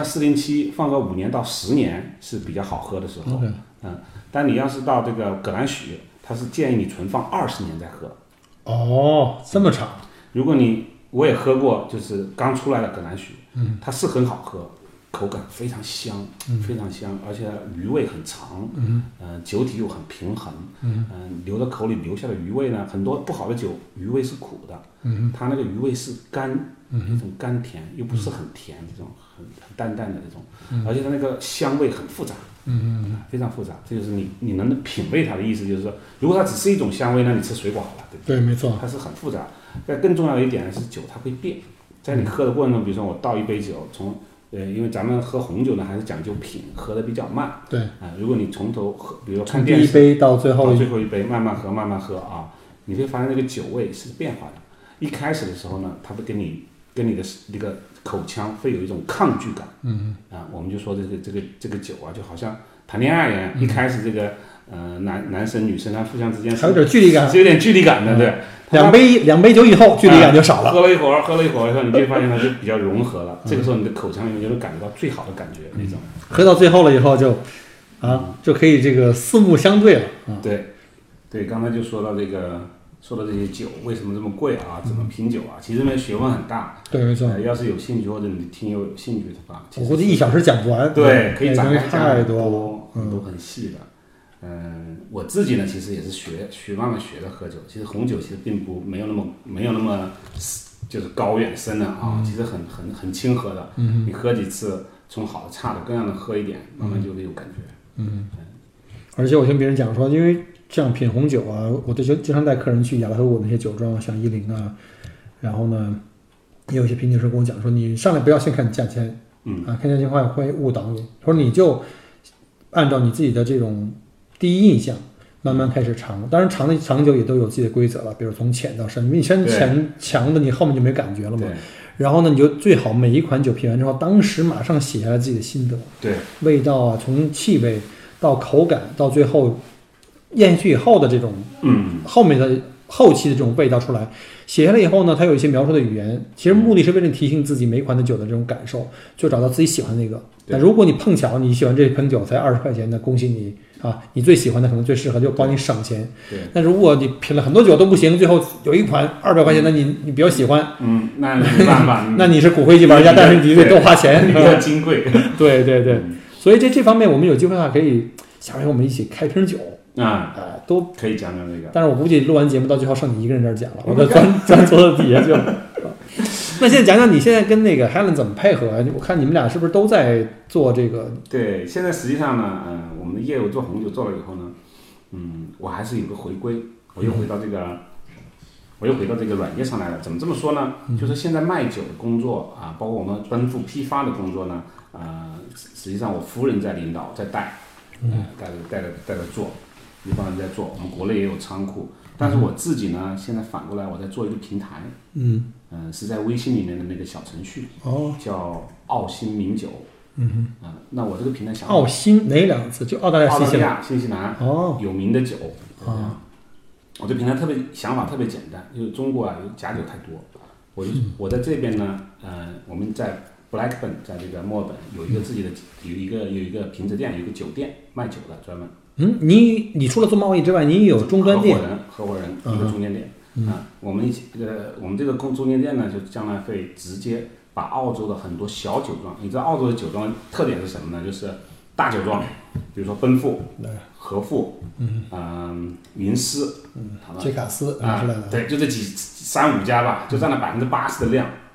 407放个5年到10年是比较好喝的时候，但你要是到这个葛兰许，它是建议你存放20年再喝。 哦，这么长。 如果我也喝过，就是刚出来的葛兰许，它是很好喝。口感非常香，非常香，而且余味很长，酒体又很平衡，留在口里留下的余味呢，很多不好的酒余味是苦的，它那个余味是甘，一种甘甜，又不是很甜，这种很淡淡的这种，而且它那个香味很复杂，非常复杂，这就是你能品味它的意思，就是说，如果它只是一种香味，那你吃水果好了，对不对？ 对，没错， 它是很复杂。但更重要的一点呢是酒它会变，在你喝的过程中，比如说我倒一杯酒，因为咱们喝红酒呢，还是讲究品，喝的比较慢。 对如果你从头喝，比如说看电视， 从第一杯到最后一杯，慢慢喝啊，你会发现那个酒味是变化的。一开始的时候呢，它会跟你的那个口腔会有一种抗拒感。我们就说这个酒啊，就好像谈恋爱一样，一开始这个男生女生他互相之间还有点距离感， 是有点距离感的，对。 两杯酒以后，距离感就少了。 喝了一会儿以后，你就发现它就比较融合了。这个时候，你的口腔里面就能感觉到最好的感觉那种。 喝到最后了以后就可以这个四目相对了。 对，刚才就说到这些酒为什么这么贵啊？怎么品酒啊？其实那学问很大。 对，没错。 要是有兴趣或者你的听友有兴趣的话， 我估计1小时讲不完。 对，可以展开太多， 都很细的。我自己呢，其实也是慢慢学的喝酒。其实红酒其实并没有那么就是高远深的啊，其实很亲和的。你喝几次，从好的差的各样的喝一点，慢慢就会有感觉。 而且我听别人讲说，因为这样品红酒啊，我就经常带客人去亚拉河谷那些酒庄，像10啊，然后呢，也有一些品酒师跟我讲说，你上来不要先看价钱，看价钱会误导你，说你就按照你自己的这种第一印象慢慢开始尝，当然尝酒也都有自己的规则了，比如从浅到深，因为你深强的你后面就没感觉了嘛。然后呢，你就最好每一款酒品完之后，当时马上写下来自己的心得， 对， 味道啊，从气味到口感，到最后咽下去以后的这种，后面的后期的这种味道出来，写下来以后呢，它有一些描述的语言，其实目的是为了提醒自己每款的酒的这种感受，就找到自己喜欢那个。那如果你碰巧你喜欢这盆酒才20块钱，那恭喜你啊，你最喜欢的可能最适合，就帮你省钱。 对。 那如果你品了很多酒都不行，最后有一款200块钱，那你比较喜欢， 那没办法， 那你是骨灰级玩家，但是你得多花钱， 比较金贵。 对，所以这方面我们有机会的话可以下回我们一起开瓶酒。都可以讲这个， 但是我估计录完节目到最后剩你一个人在这讲了，我在专坐在底下就。那现在讲讲你现在跟那个 Helen 怎么配合？我看你们俩是不是都在做这个？ 对，现在实际上呢，我们的业务做红酒做了以后呢，我还是有个回归，我又回到这个软件上来了。怎么这么说呢？就是现在卖酒的工作啊，包括我们奔赴批发的工作呢，实际上我夫人在领导，在带着做。一帮人在做，我们国内也有仓库，但是我自己呢，现在反过来我在做一个平台，是在微信里面的那个小程序，叫澳新名酒，那我这个平台想澳新哪2个字？就澳大利亚、 新西兰有名的酒我这平台想法特别简单，就是中国有假酒太多，我在这边呢，我们在 Blackburn 在这个墨尔本有一个自己的有一个瓶子店，有一个酒店卖酒的专门。 你除了做贸易之外，你有终端店？ 合伙人一个中间店我们这个中间店呢，就将来会直接把澳洲的很多小酒庄，你知道澳洲的酒庄特点是什么呢？就是大酒庄，比如说奔富、和富、云斯、 杰卡斯对，就这3-5家吧，就占了80%的量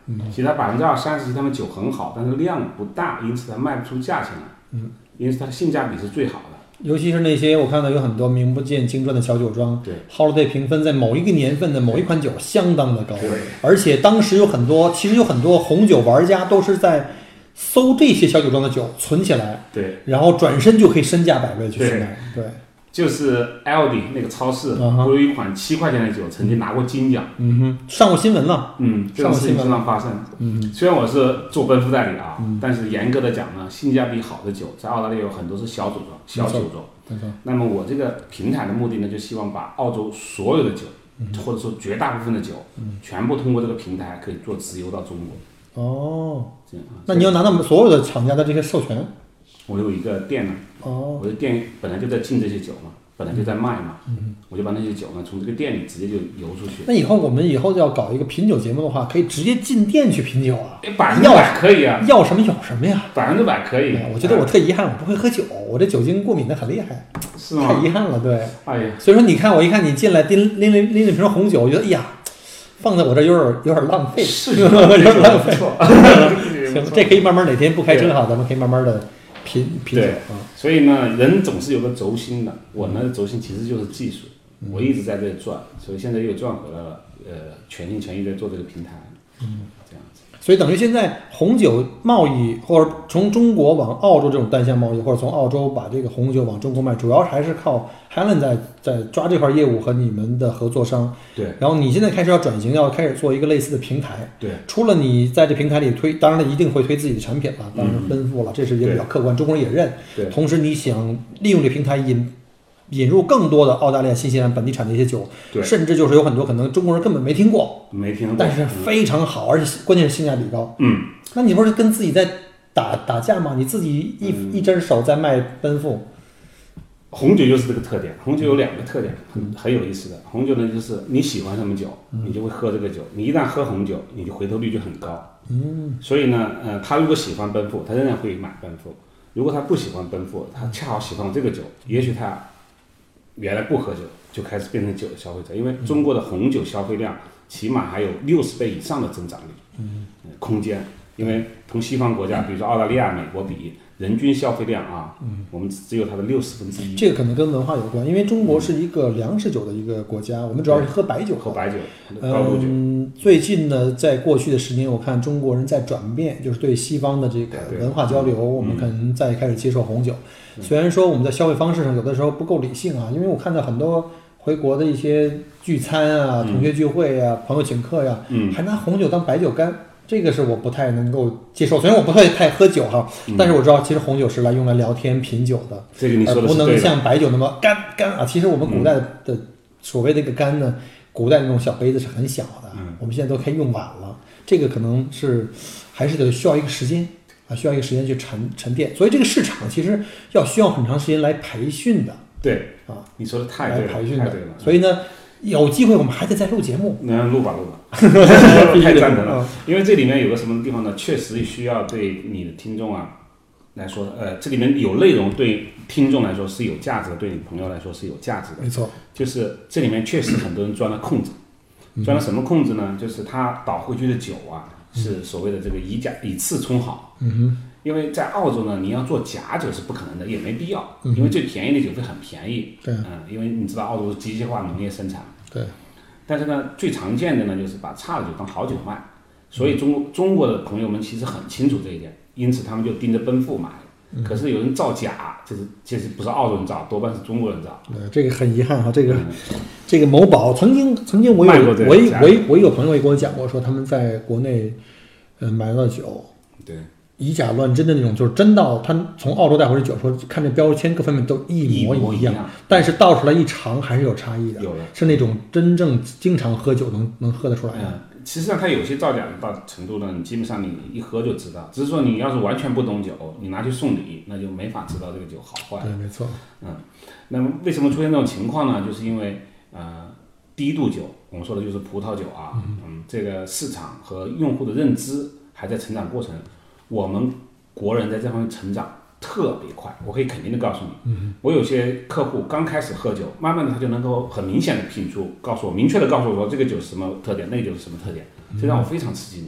其他20%-30%他们酒很好，但是量不大，因此它卖不出价钱来。因此它的性价比是最好的。 尤其是那些我看到有很多名不见经传的小酒庄， 对 Holiday 评分在某一个年份的某一款酒相当的高， 对， 而且当时其实有很多红酒玩家都是在搜这些小酒庄的酒存起来， 对， 然后转身就可以身价百倍去卖，对。 就是 Aldi 那个超市，我有一款7块钱的酒，曾经拿过金奖， 上过新闻了， 这种事情经常发生，虽然我是做奔赴代理啊，但是严格的讲呢，性价比好的酒在澳大利亚有很多是小酒庄、小酒庄，那么我这个平台的目的呢，就希望把澳洲所有的酒，或者说绝大部分的酒，全部通过这个平台可以做直邮到中国。 哦， 这样， 那你要拿到所有的厂家的这些授权？ 我有一个店呢，我的店本来就在进这些酒嘛，本来就在卖嘛，我就把那些酒呢从这个店里直接就邮出去。 那我们以后要搞一个品酒节目的话，可以直接进店去品酒啊 ？100%可以啊， 要什么有什么呀 ，100%可以。 我觉得我特遗憾，我不会喝酒，我这酒精过敏的很厉害， 是吗？ 太遗憾了，对。 哎呀， 所以说你看，我一看你进来拎了瓶红酒，我觉得哎呀，放在我这有点浪费， 是有点浪费。 行， 这可以慢慢哪天不开车好，咱们可以慢慢的。品酒啊， 所以呢，人总是有个轴心的。我呢，轴心其实就是技术，我一直在这里赚，所以现在又赚回来了。全心全意在做这个平台，这样子。 所以等于现在红酒贸易，或者从中国往澳洲这种单向贸易，或者从澳洲把这个红酒往中国卖，主要还是靠 Helen 在抓这块业务和你们的合作商。 对。 然后你现在开始要转型，要开始做一个类似的平台。 对。 除了你在这平台里推，当然了，一定会推自己的产品了，当然奔赴了，这是也比较客观，中国人也认。 对。 同时，你想利用这平台引入更多的澳大利亚、新西兰本地产的一些酒，甚至就是有很多可能中国人根本没听过，但是非常好，而且关键是性价比高。那你不是跟自己在打架吗？你自己一只手在卖奔赴。 红酒就是这个特点，红酒有2个特点，很有意思的。红酒呢，就是你喜欢什么酒，你就会喝这个酒。你一旦喝红酒，你的回头率就很高。所以呢，他如果喜欢奔赴，他仍然会买奔赴；如果他不喜欢奔赴，他恰好喜欢这个酒，也许他原来不喝酒，就开始变成酒的消费者。因为中国的红酒消费量起码还有60倍以上的增长率，空间。因为同西方国家，比如说澳大利亚、美国比，人均消费量啊，我们只有它的1/60。 这个可能跟文化有关，因为中国是一个粮食酒的一个国家，我们主要是喝白酒。 喝白酒，高度酒。 最近呢，在过去的10年，我看中国人在转变，就是对西方的这个文化交流，我们可能在开始接受红酒。虽然说我们在消费方式上有的时候不够理性啊，因为我看到很多回国的一些聚餐啊、同学聚会啊、朋友请客呀，还拿红酒当白酒干。这个是我不太能够接受，虽然我不太喝酒哈，但是我知道其实红酒是用来聊天品酒的， 这个你说的是不能像白酒那么干啊。其实我们古代的所谓的一个干呢，古代那种小杯子是很小的，我们现在都可以用碗了。这个可能是还是得需要一个时间啊，需要一个时间去沉淀。所以这个市场其实需要很长时间来培训的。 对啊，你说的太对了， 培训的。 太对了。 所以呢，有机会我们还得再录节目。 录吧，太赞成了。因为这里面有个什么地方呢？确实需要对你的听众啊来说，这里面有内容对听众来说是有价值的，对你朋友来说是有价值的。 没错， 就是这里面确实很多人钻了空子，钻了什么空子呢？就是他倒回去的酒啊，是所谓的这个以次充好。因为在澳洲呢，你要做假酒是不可能的，也没必要，因为最便宜的酒会很便宜。 对， 因为你知道澳洲是机械化农业生产。 对。 但是呢，最常见的呢就是把差的酒当好酒卖，所以中国的朋友们其实很清楚这一点，因此他们就盯着奔赴买。可是有人造假，这是不是澳洲人造，多半是中国人造。 这个很遗憾哈，这个某宝曾经我有个朋友也跟我讲过，说他们在国内买到酒， 对。 以假乱真的那种，就是真到他从澳洲带回来酒，说看这标签各方面都一模一样，但是倒出来一尝还是有差异的，是那种真正经常喝酒能喝得出来的。 其实上它有些造假到程度呢，你基本上你一喝就知道，只是说你要是完全不懂酒，你拿去送礼，那就没法知道这个酒好坏。 对，没错。 那么为什么出现这种情况呢？就是因为低度酒，我们说的就是葡萄酒啊，这个市场和用户的认知还在成长过程。我们国人在这方面成长特别快，我可以肯定的告诉你，我有些客户刚开始喝酒，慢慢的他就能够很明显的品出，明确的告诉我说这个酒是什么特点，那个酒是什么特点，这让我非常吃惊。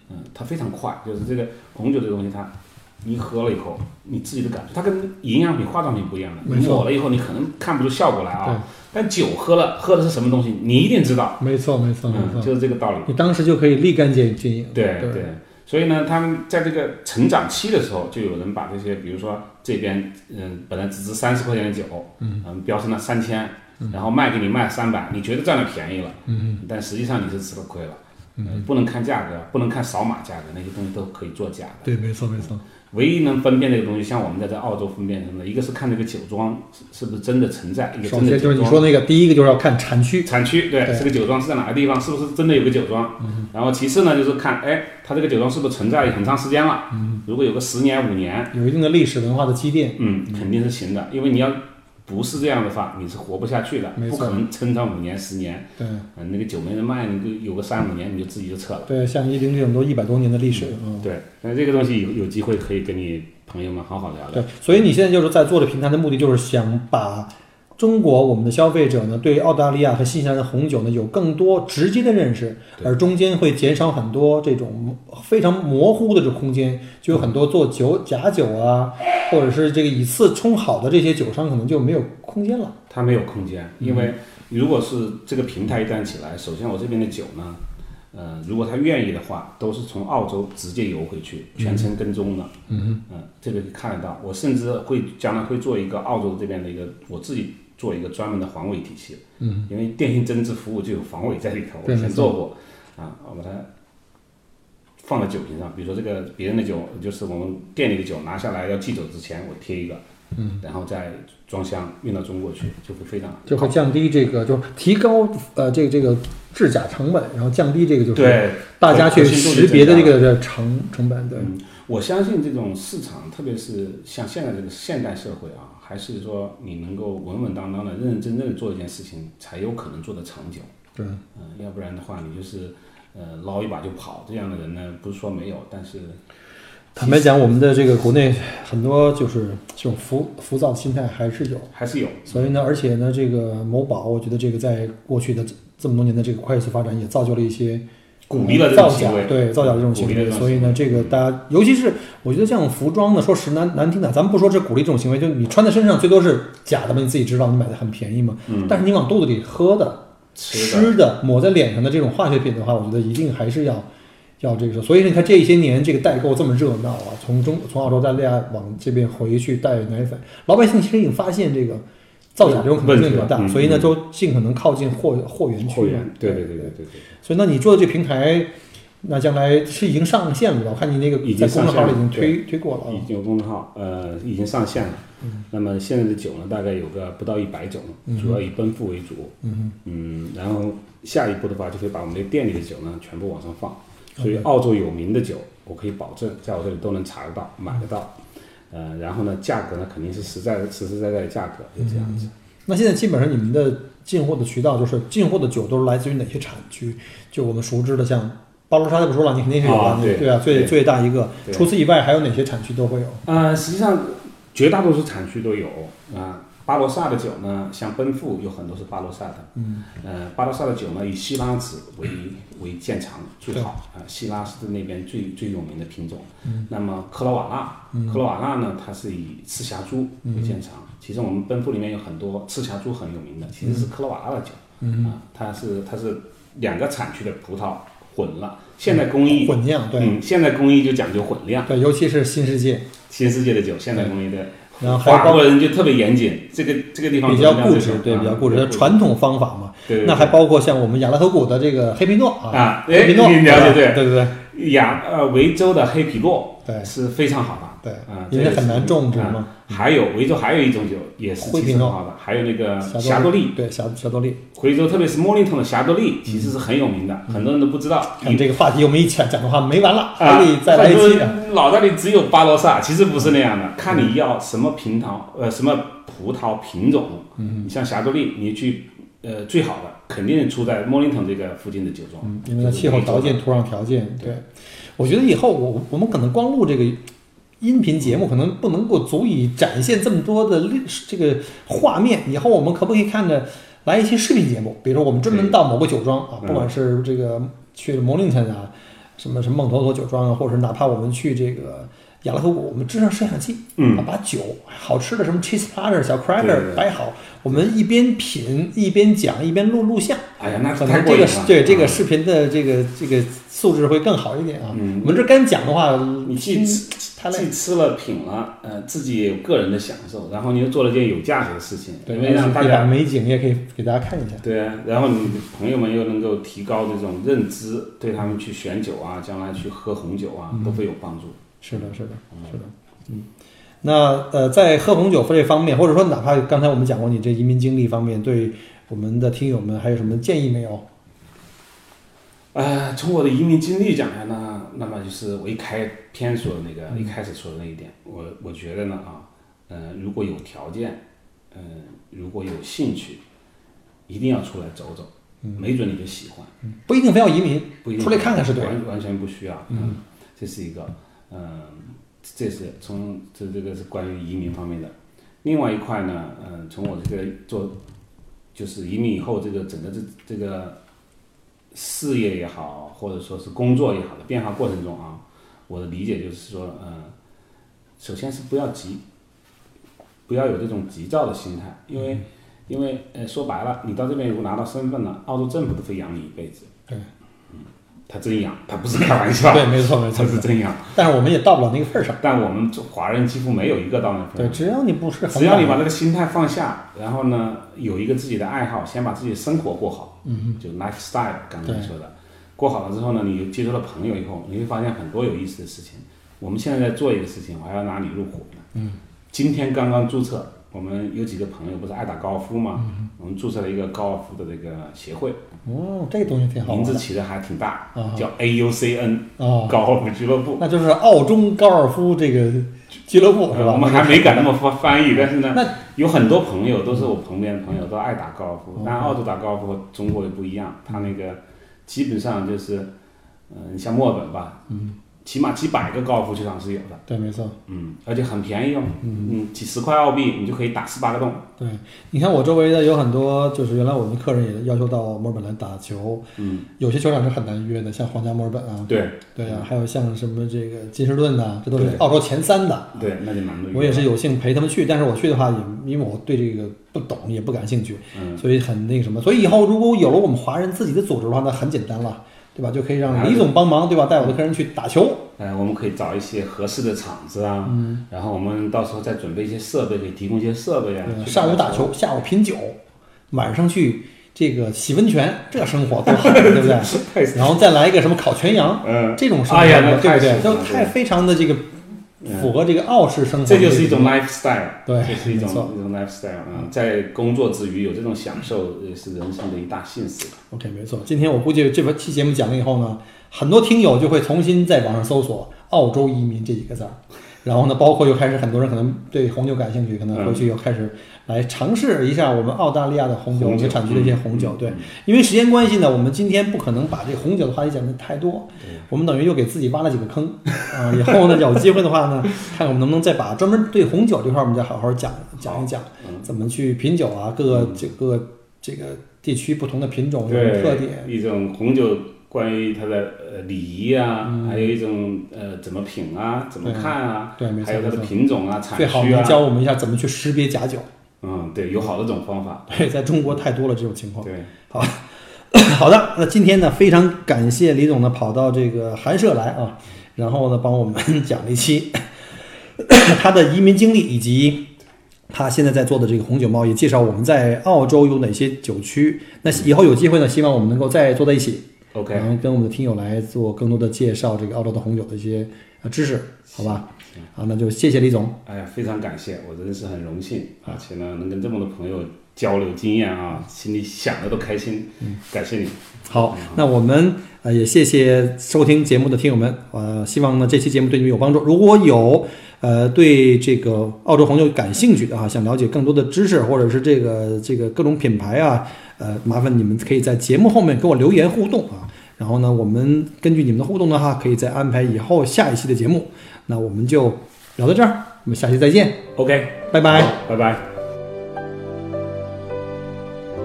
它非常快，就是这个红酒这个东西，它你喝了以后，你自己的感受，它跟营养品、化妆品不一样的。你抹了以后，你可能看不出效果来啊。但酒喝的是什么东西，你一定知道。 没错， 就是这个道理。 你当时就可以立竿见影。 对。所以呢，他们在这个成长期的时候，就有人把这些，比如说这边本来只值30块钱的酒，标成了3000，然后卖给你卖300，你觉得占了便宜了，但实际上你是吃了亏了。不能看价格，不能看扫码价格，那些东西都可以作假的。 对，没错。 唯一能分辨这个东西，像我们在澳洲分辨什么的，一个是看这个酒庄是不是真的存在，一个真的酒庄。首先就是你说那个，第一个就是要看产区， 对，这个酒庄是在哪个地方，是不是真的有个酒庄？然后其次呢，就是看，它这个酒庄是不是存在很长时间了？如果有个10年、5年， 有一定的历史文化的积淀， 肯定是行的，因为你要。不是这样的话，你是活不下去的，不可能撑上5年、10年。 对， 那个酒没人卖，你有个3、5年，你就自己就撤了。 对，像10这种都100多年的历史。 对，那这个东西有机会可以跟你朋友们好好聊聊。 对，所以你现在就是在做的平台的目的，就是想把中国我们的消费者呢，对澳大利亚和新西兰的红酒呢有更多直接的认识，而中间会减少很多这种非常模糊的这个空间，就有很多做假酒啊，或者是这个以次充好的这些酒商可能就没有空间了。 它没有空间，因为如果是这个平台一旦起来，首先我这边的酒呢，如果他愿意的话，都是从澳洲直接邮回去，全程跟踪的。这个看得到。我甚至将来会做一个澳洲这边的一个我自己。做一个专门的防伪体系，因为电信增值服务就有防伪在里头，我以前做过，我把它放在酒瓶上，比如说这个别人的酒，就是我们店里的酒拿下来要寄走之前，我贴一个，然后再装箱运到中国去，就会非常就会降低这个，就提高这个制假成本，然后降低这个就是对大家去识别的这个成本。对， 我相信这种市场，特别是像现在这个现代社会啊。还是说你能够稳稳当当的、认认真真的做一件事情，才有可能做得长久。 对， 要不然的话，你就是捞一把就跑，这样的人呢，不是说没有，但是坦白讲，我们的这个国内很多就是这种浮躁心态还是有。所以呢，而且呢，这个某宝，我觉得这个在过去的这么多年的这个快速发展，也造就了一些。 鼓励了这种行为， 对造假这种行为，所以呢，这个大家，尤其是我觉得这样服装呢，说实难听的，咱们不说这鼓励这种行为，就你穿在身上最多是假的嘛，你自己知道，你买的很便宜嘛。但是你往肚子里喝的、吃的、抹在脸上的这种化学品的话，我觉得一定还是要这个。所以你看这些年这个代购这么热闹啊，从澳洲大利亚往这边回去带奶粉，老百姓其实已经发现这个。造假这种可能性比较大，所以呢，就尽可能靠近货源区。 对。 所以，那你做的这平台，那将来是已经上线了吧？我看你那个在公众号里已经推过了。 已经有公众号，已经上线了。那么现在的酒呢，大概有个不到100种，主要以奔富为主。然后下一步的话，就可以把我们的店里的酒呢全部往上放。所以澳洲有名的酒，我可以保证在我这里都能查得到、买得到。然后呢，价格呢肯定是实实在在的价格，就这样子。 那现在基本上你们的进货的渠道，就是进货的酒都是来自于哪些产区？就我们熟知的，像巴罗沙就不说了，你肯定是有的，对啊，最大一个。除此以外，还有哪些产区都会有？ 实际上绝大多数产区都有啊。巴罗萨的酒呢，像奔富有很多是巴罗萨的。巴罗萨的酒呢，以希拉子为见长最好啊。希拉是那边最有名的品种。那么科罗瓦纳呢，它是以赤霞珠为见长。其实我们奔富里面有很多赤霞珠很有名的，其实是科罗瓦纳的酒。它是2个产区的葡萄混了。现代工艺混酿，对， 现代工艺就讲究混酿。 对，尤其是新世界的酒，现代工艺的。 然后法国人就特别严谨，这个地方比较固执，对，比较固执，传统方法嘛。 对。 那还包括像我们亚拉头谷的这个黑皮诺啊， 黑皮诺，你了解对。 维州的黑皮诺对是非常好的， 对因为很难种植嘛。 还有维州还有一种酒也是其实很好的，还有那个霞多丽， 对霞多丽。 维州特别是莫林顿的霞多丽其实是很有名的，很多人都不知道。 看这个话题我们一讲的话没完了，还得再来一期。 脑袋里只有巴罗萨，其实不是那样的，看你要什么什么葡萄品种。你像霞多丽，你去最好的肯定出在莫林顿这个附近的酒庄， 因为气候条件、土壤条件。对，我觉得以后我们可能光录这个音频节目，可能不能够足以展现这么多的这个画面。以后我们可不可以看着来一期视频节目？比如说我们专门到某个酒庄啊，不管是这个去莫林顿啊， 什么梦头头酒庄啊，或者是哪怕我们去这个雅拉河谷，我们支上摄像机，把酒好吃的什么 cheese platter 小 cracker 摆好，我们一边品一边讲一边录像。 哎呀，那可能这个对这个视频的这个素质会更好一点啊。我们这干讲的话， 你既吃了品了，自己也有个人的享受，然后你又做了件有价值的事情， 对， 因为让大家美景也可以给大家看一下。 对啊，然后你朋友们又能够提高这种认知，对他们去选酒啊，将来去喝红酒啊，都会有帮助。 是的。那在喝红酒这方面，或者说哪怕刚才我们讲过你这移民经历方面，对我们的听友们还有什么建议没有？ 从我的移民经历讲来呢，那么就是我一开篇说的那个，一开始说的那一点，我觉得呢如果有条件，如果有兴趣，一定要出来走走，没准你就喜欢， 不一定非要移民， 不一定出来看看是对的， 完全不需要，这是一个，这是从这个是关于移民方面的。另外一块呢，从我这个就是移民以后这个整个这个事业也好，或者说是工作也好的变化过程中啊，我的理解就是说，首先是不要急，不要有这种急躁的心态，因为说白了，你到这边如果拿到身份了，澳洲政府都会养你一辈子。 对。 他真养，他不是开玩笑。 对，没错， 他是真养。 但是我们也到不了那个份上。 但我们华人几乎没有一个到那份上。 对，只要你不是， 只要你把这个心态放下，然后呢，有一个自己的爱好，先把自己的生活过好，就 lifestyle 刚才说的，过好了之后呢，你接触了朋友以后，你会发现很多有意思的事情。我们现在在做一个事情，我还要拿你入伙呢。今天刚刚注册。我们有几个朋友不是爱打高尔夫吗？我们注册了一个高尔夫的这个协会。 这个东西挺好。 名字起的还挺大，叫 AUCN 高尔夫俱乐部。 那就是澳中高尔夫这个俱乐部是吧？ 我们还没敢那么翻译，但是呢，有很多朋友都是我旁边的朋友，都爱打高尔夫。但澳洲打高尔夫和中国也不一样，他那个基本上就是，你像墨尔本吧，起码几百个高尔夫球场是有的。 对，没错。 而且很便宜哦。几十块澳币你就可以打18个洞。 对，你看我周围的有很多，就是原来我们客人也要求到墨尔本来打球。有些球场是很难约的，像皇家墨尔本啊。 对啊，还有像什么这个金士顿呐，这都是澳洲前3的。 对，那就蛮多。 我也是有幸陪他们去，但是我去的话也因为我对这个不懂，也不感兴趣，所以很那个什么。所以以后如果有了我们华人自己的组织的话，那很简单了。对吧？就可以让李总帮忙，对吧？带我的客人去打球。 我们可以找一些合适的场子啊，然后我们到时候再准备一些设备，可以提供一些设备啊。 上午打球，下午品酒，晚上去这个洗温泉，这生活多好，对不对？然后再来一个什么烤全羊，这种生活，对不对？就太非常的这个符合这个澳式生活。 这就是一种 lifestyle， 对， 这是一种 lifestyle 在工作之余有这种享受，也是人生的一大幸事。 OK， 没错。今天我估计这期节目讲了以后呢，很多听友就会重新在网上搜索“澳洲移民”这几个字儿，然后呢，包括又开始很多人可能对红酒感兴趣，可能回去又开始来尝试一下我们澳大利亚的红酒，我们产区的一些红酒。对，因为时间关系呢，我们今天不可能把这个红酒的话题讲的太多，我们等于又给自己挖了几个坑啊。以后呢，有机会的话呢，看我们能不能再把专门对红酒这块，我们再好好讲一讲，怎么去品酒啊，各个这个地区不同的品种有特点， 一种红酒关于它的礼仪啊，还有一种怎么品啊，怎么看啊， 对，没错， 还有它的品种啊，产区啊， 最好能教我们一下怎么去识别假酒。 对，有好多种方法。 对，在中国太多了这种情况。 对， 好的，那今天呢，非常感谢李总呢跑到这个寒舍来啊，然后呢帮我们讲了一期他的移民经历以及他现在在做的这个红酒贸易，介绍我们在澳洲有哪些酒区。那以后有机会呢，希望我们能够再坐在一起 ，OK， 然后跟我们的听友来做更多的介绍，这个澳洲的红酒的一些知识，好吧？好，那就谢谢李总。 哎呀，非常感谢，我真的是很荣幸，而且呢，能跟这么多朋友交流经验啊，心里想的都开心。感谢你。 好，那我们也谢谢收听节目的听友们。希望呢这期节目对你们有帮助。如果有对这个澳洲红酒感兴趣的想了解更多的知识，或者是这个各种品牌啊，麻烦你们可以在节目后面给我留言互动啊。然后呢，我们根据你们的互动的话，可以再安排以后下一期的节目。那我们就聊到这儿，我们下期再见。 OK， 拜拜， 拜拜。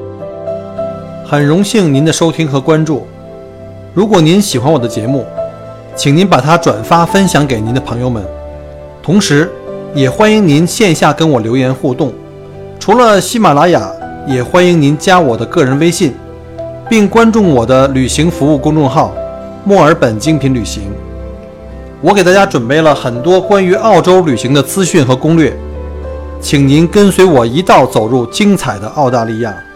很荣幸您的收听和关注。如果您喜欢我的节目， 请您把它转发分享给您的朋友们。同时也欢迎您线下跟我留言互动，除了喜马拉雅，也欢迎您加我的个人微信，并关注我的旅行服务公众号墨尔本精品旅行。我给大家准备了很多关于澳洲旅行的资讯和攻略，请您跟随我一道走入精彩的澳大利亚。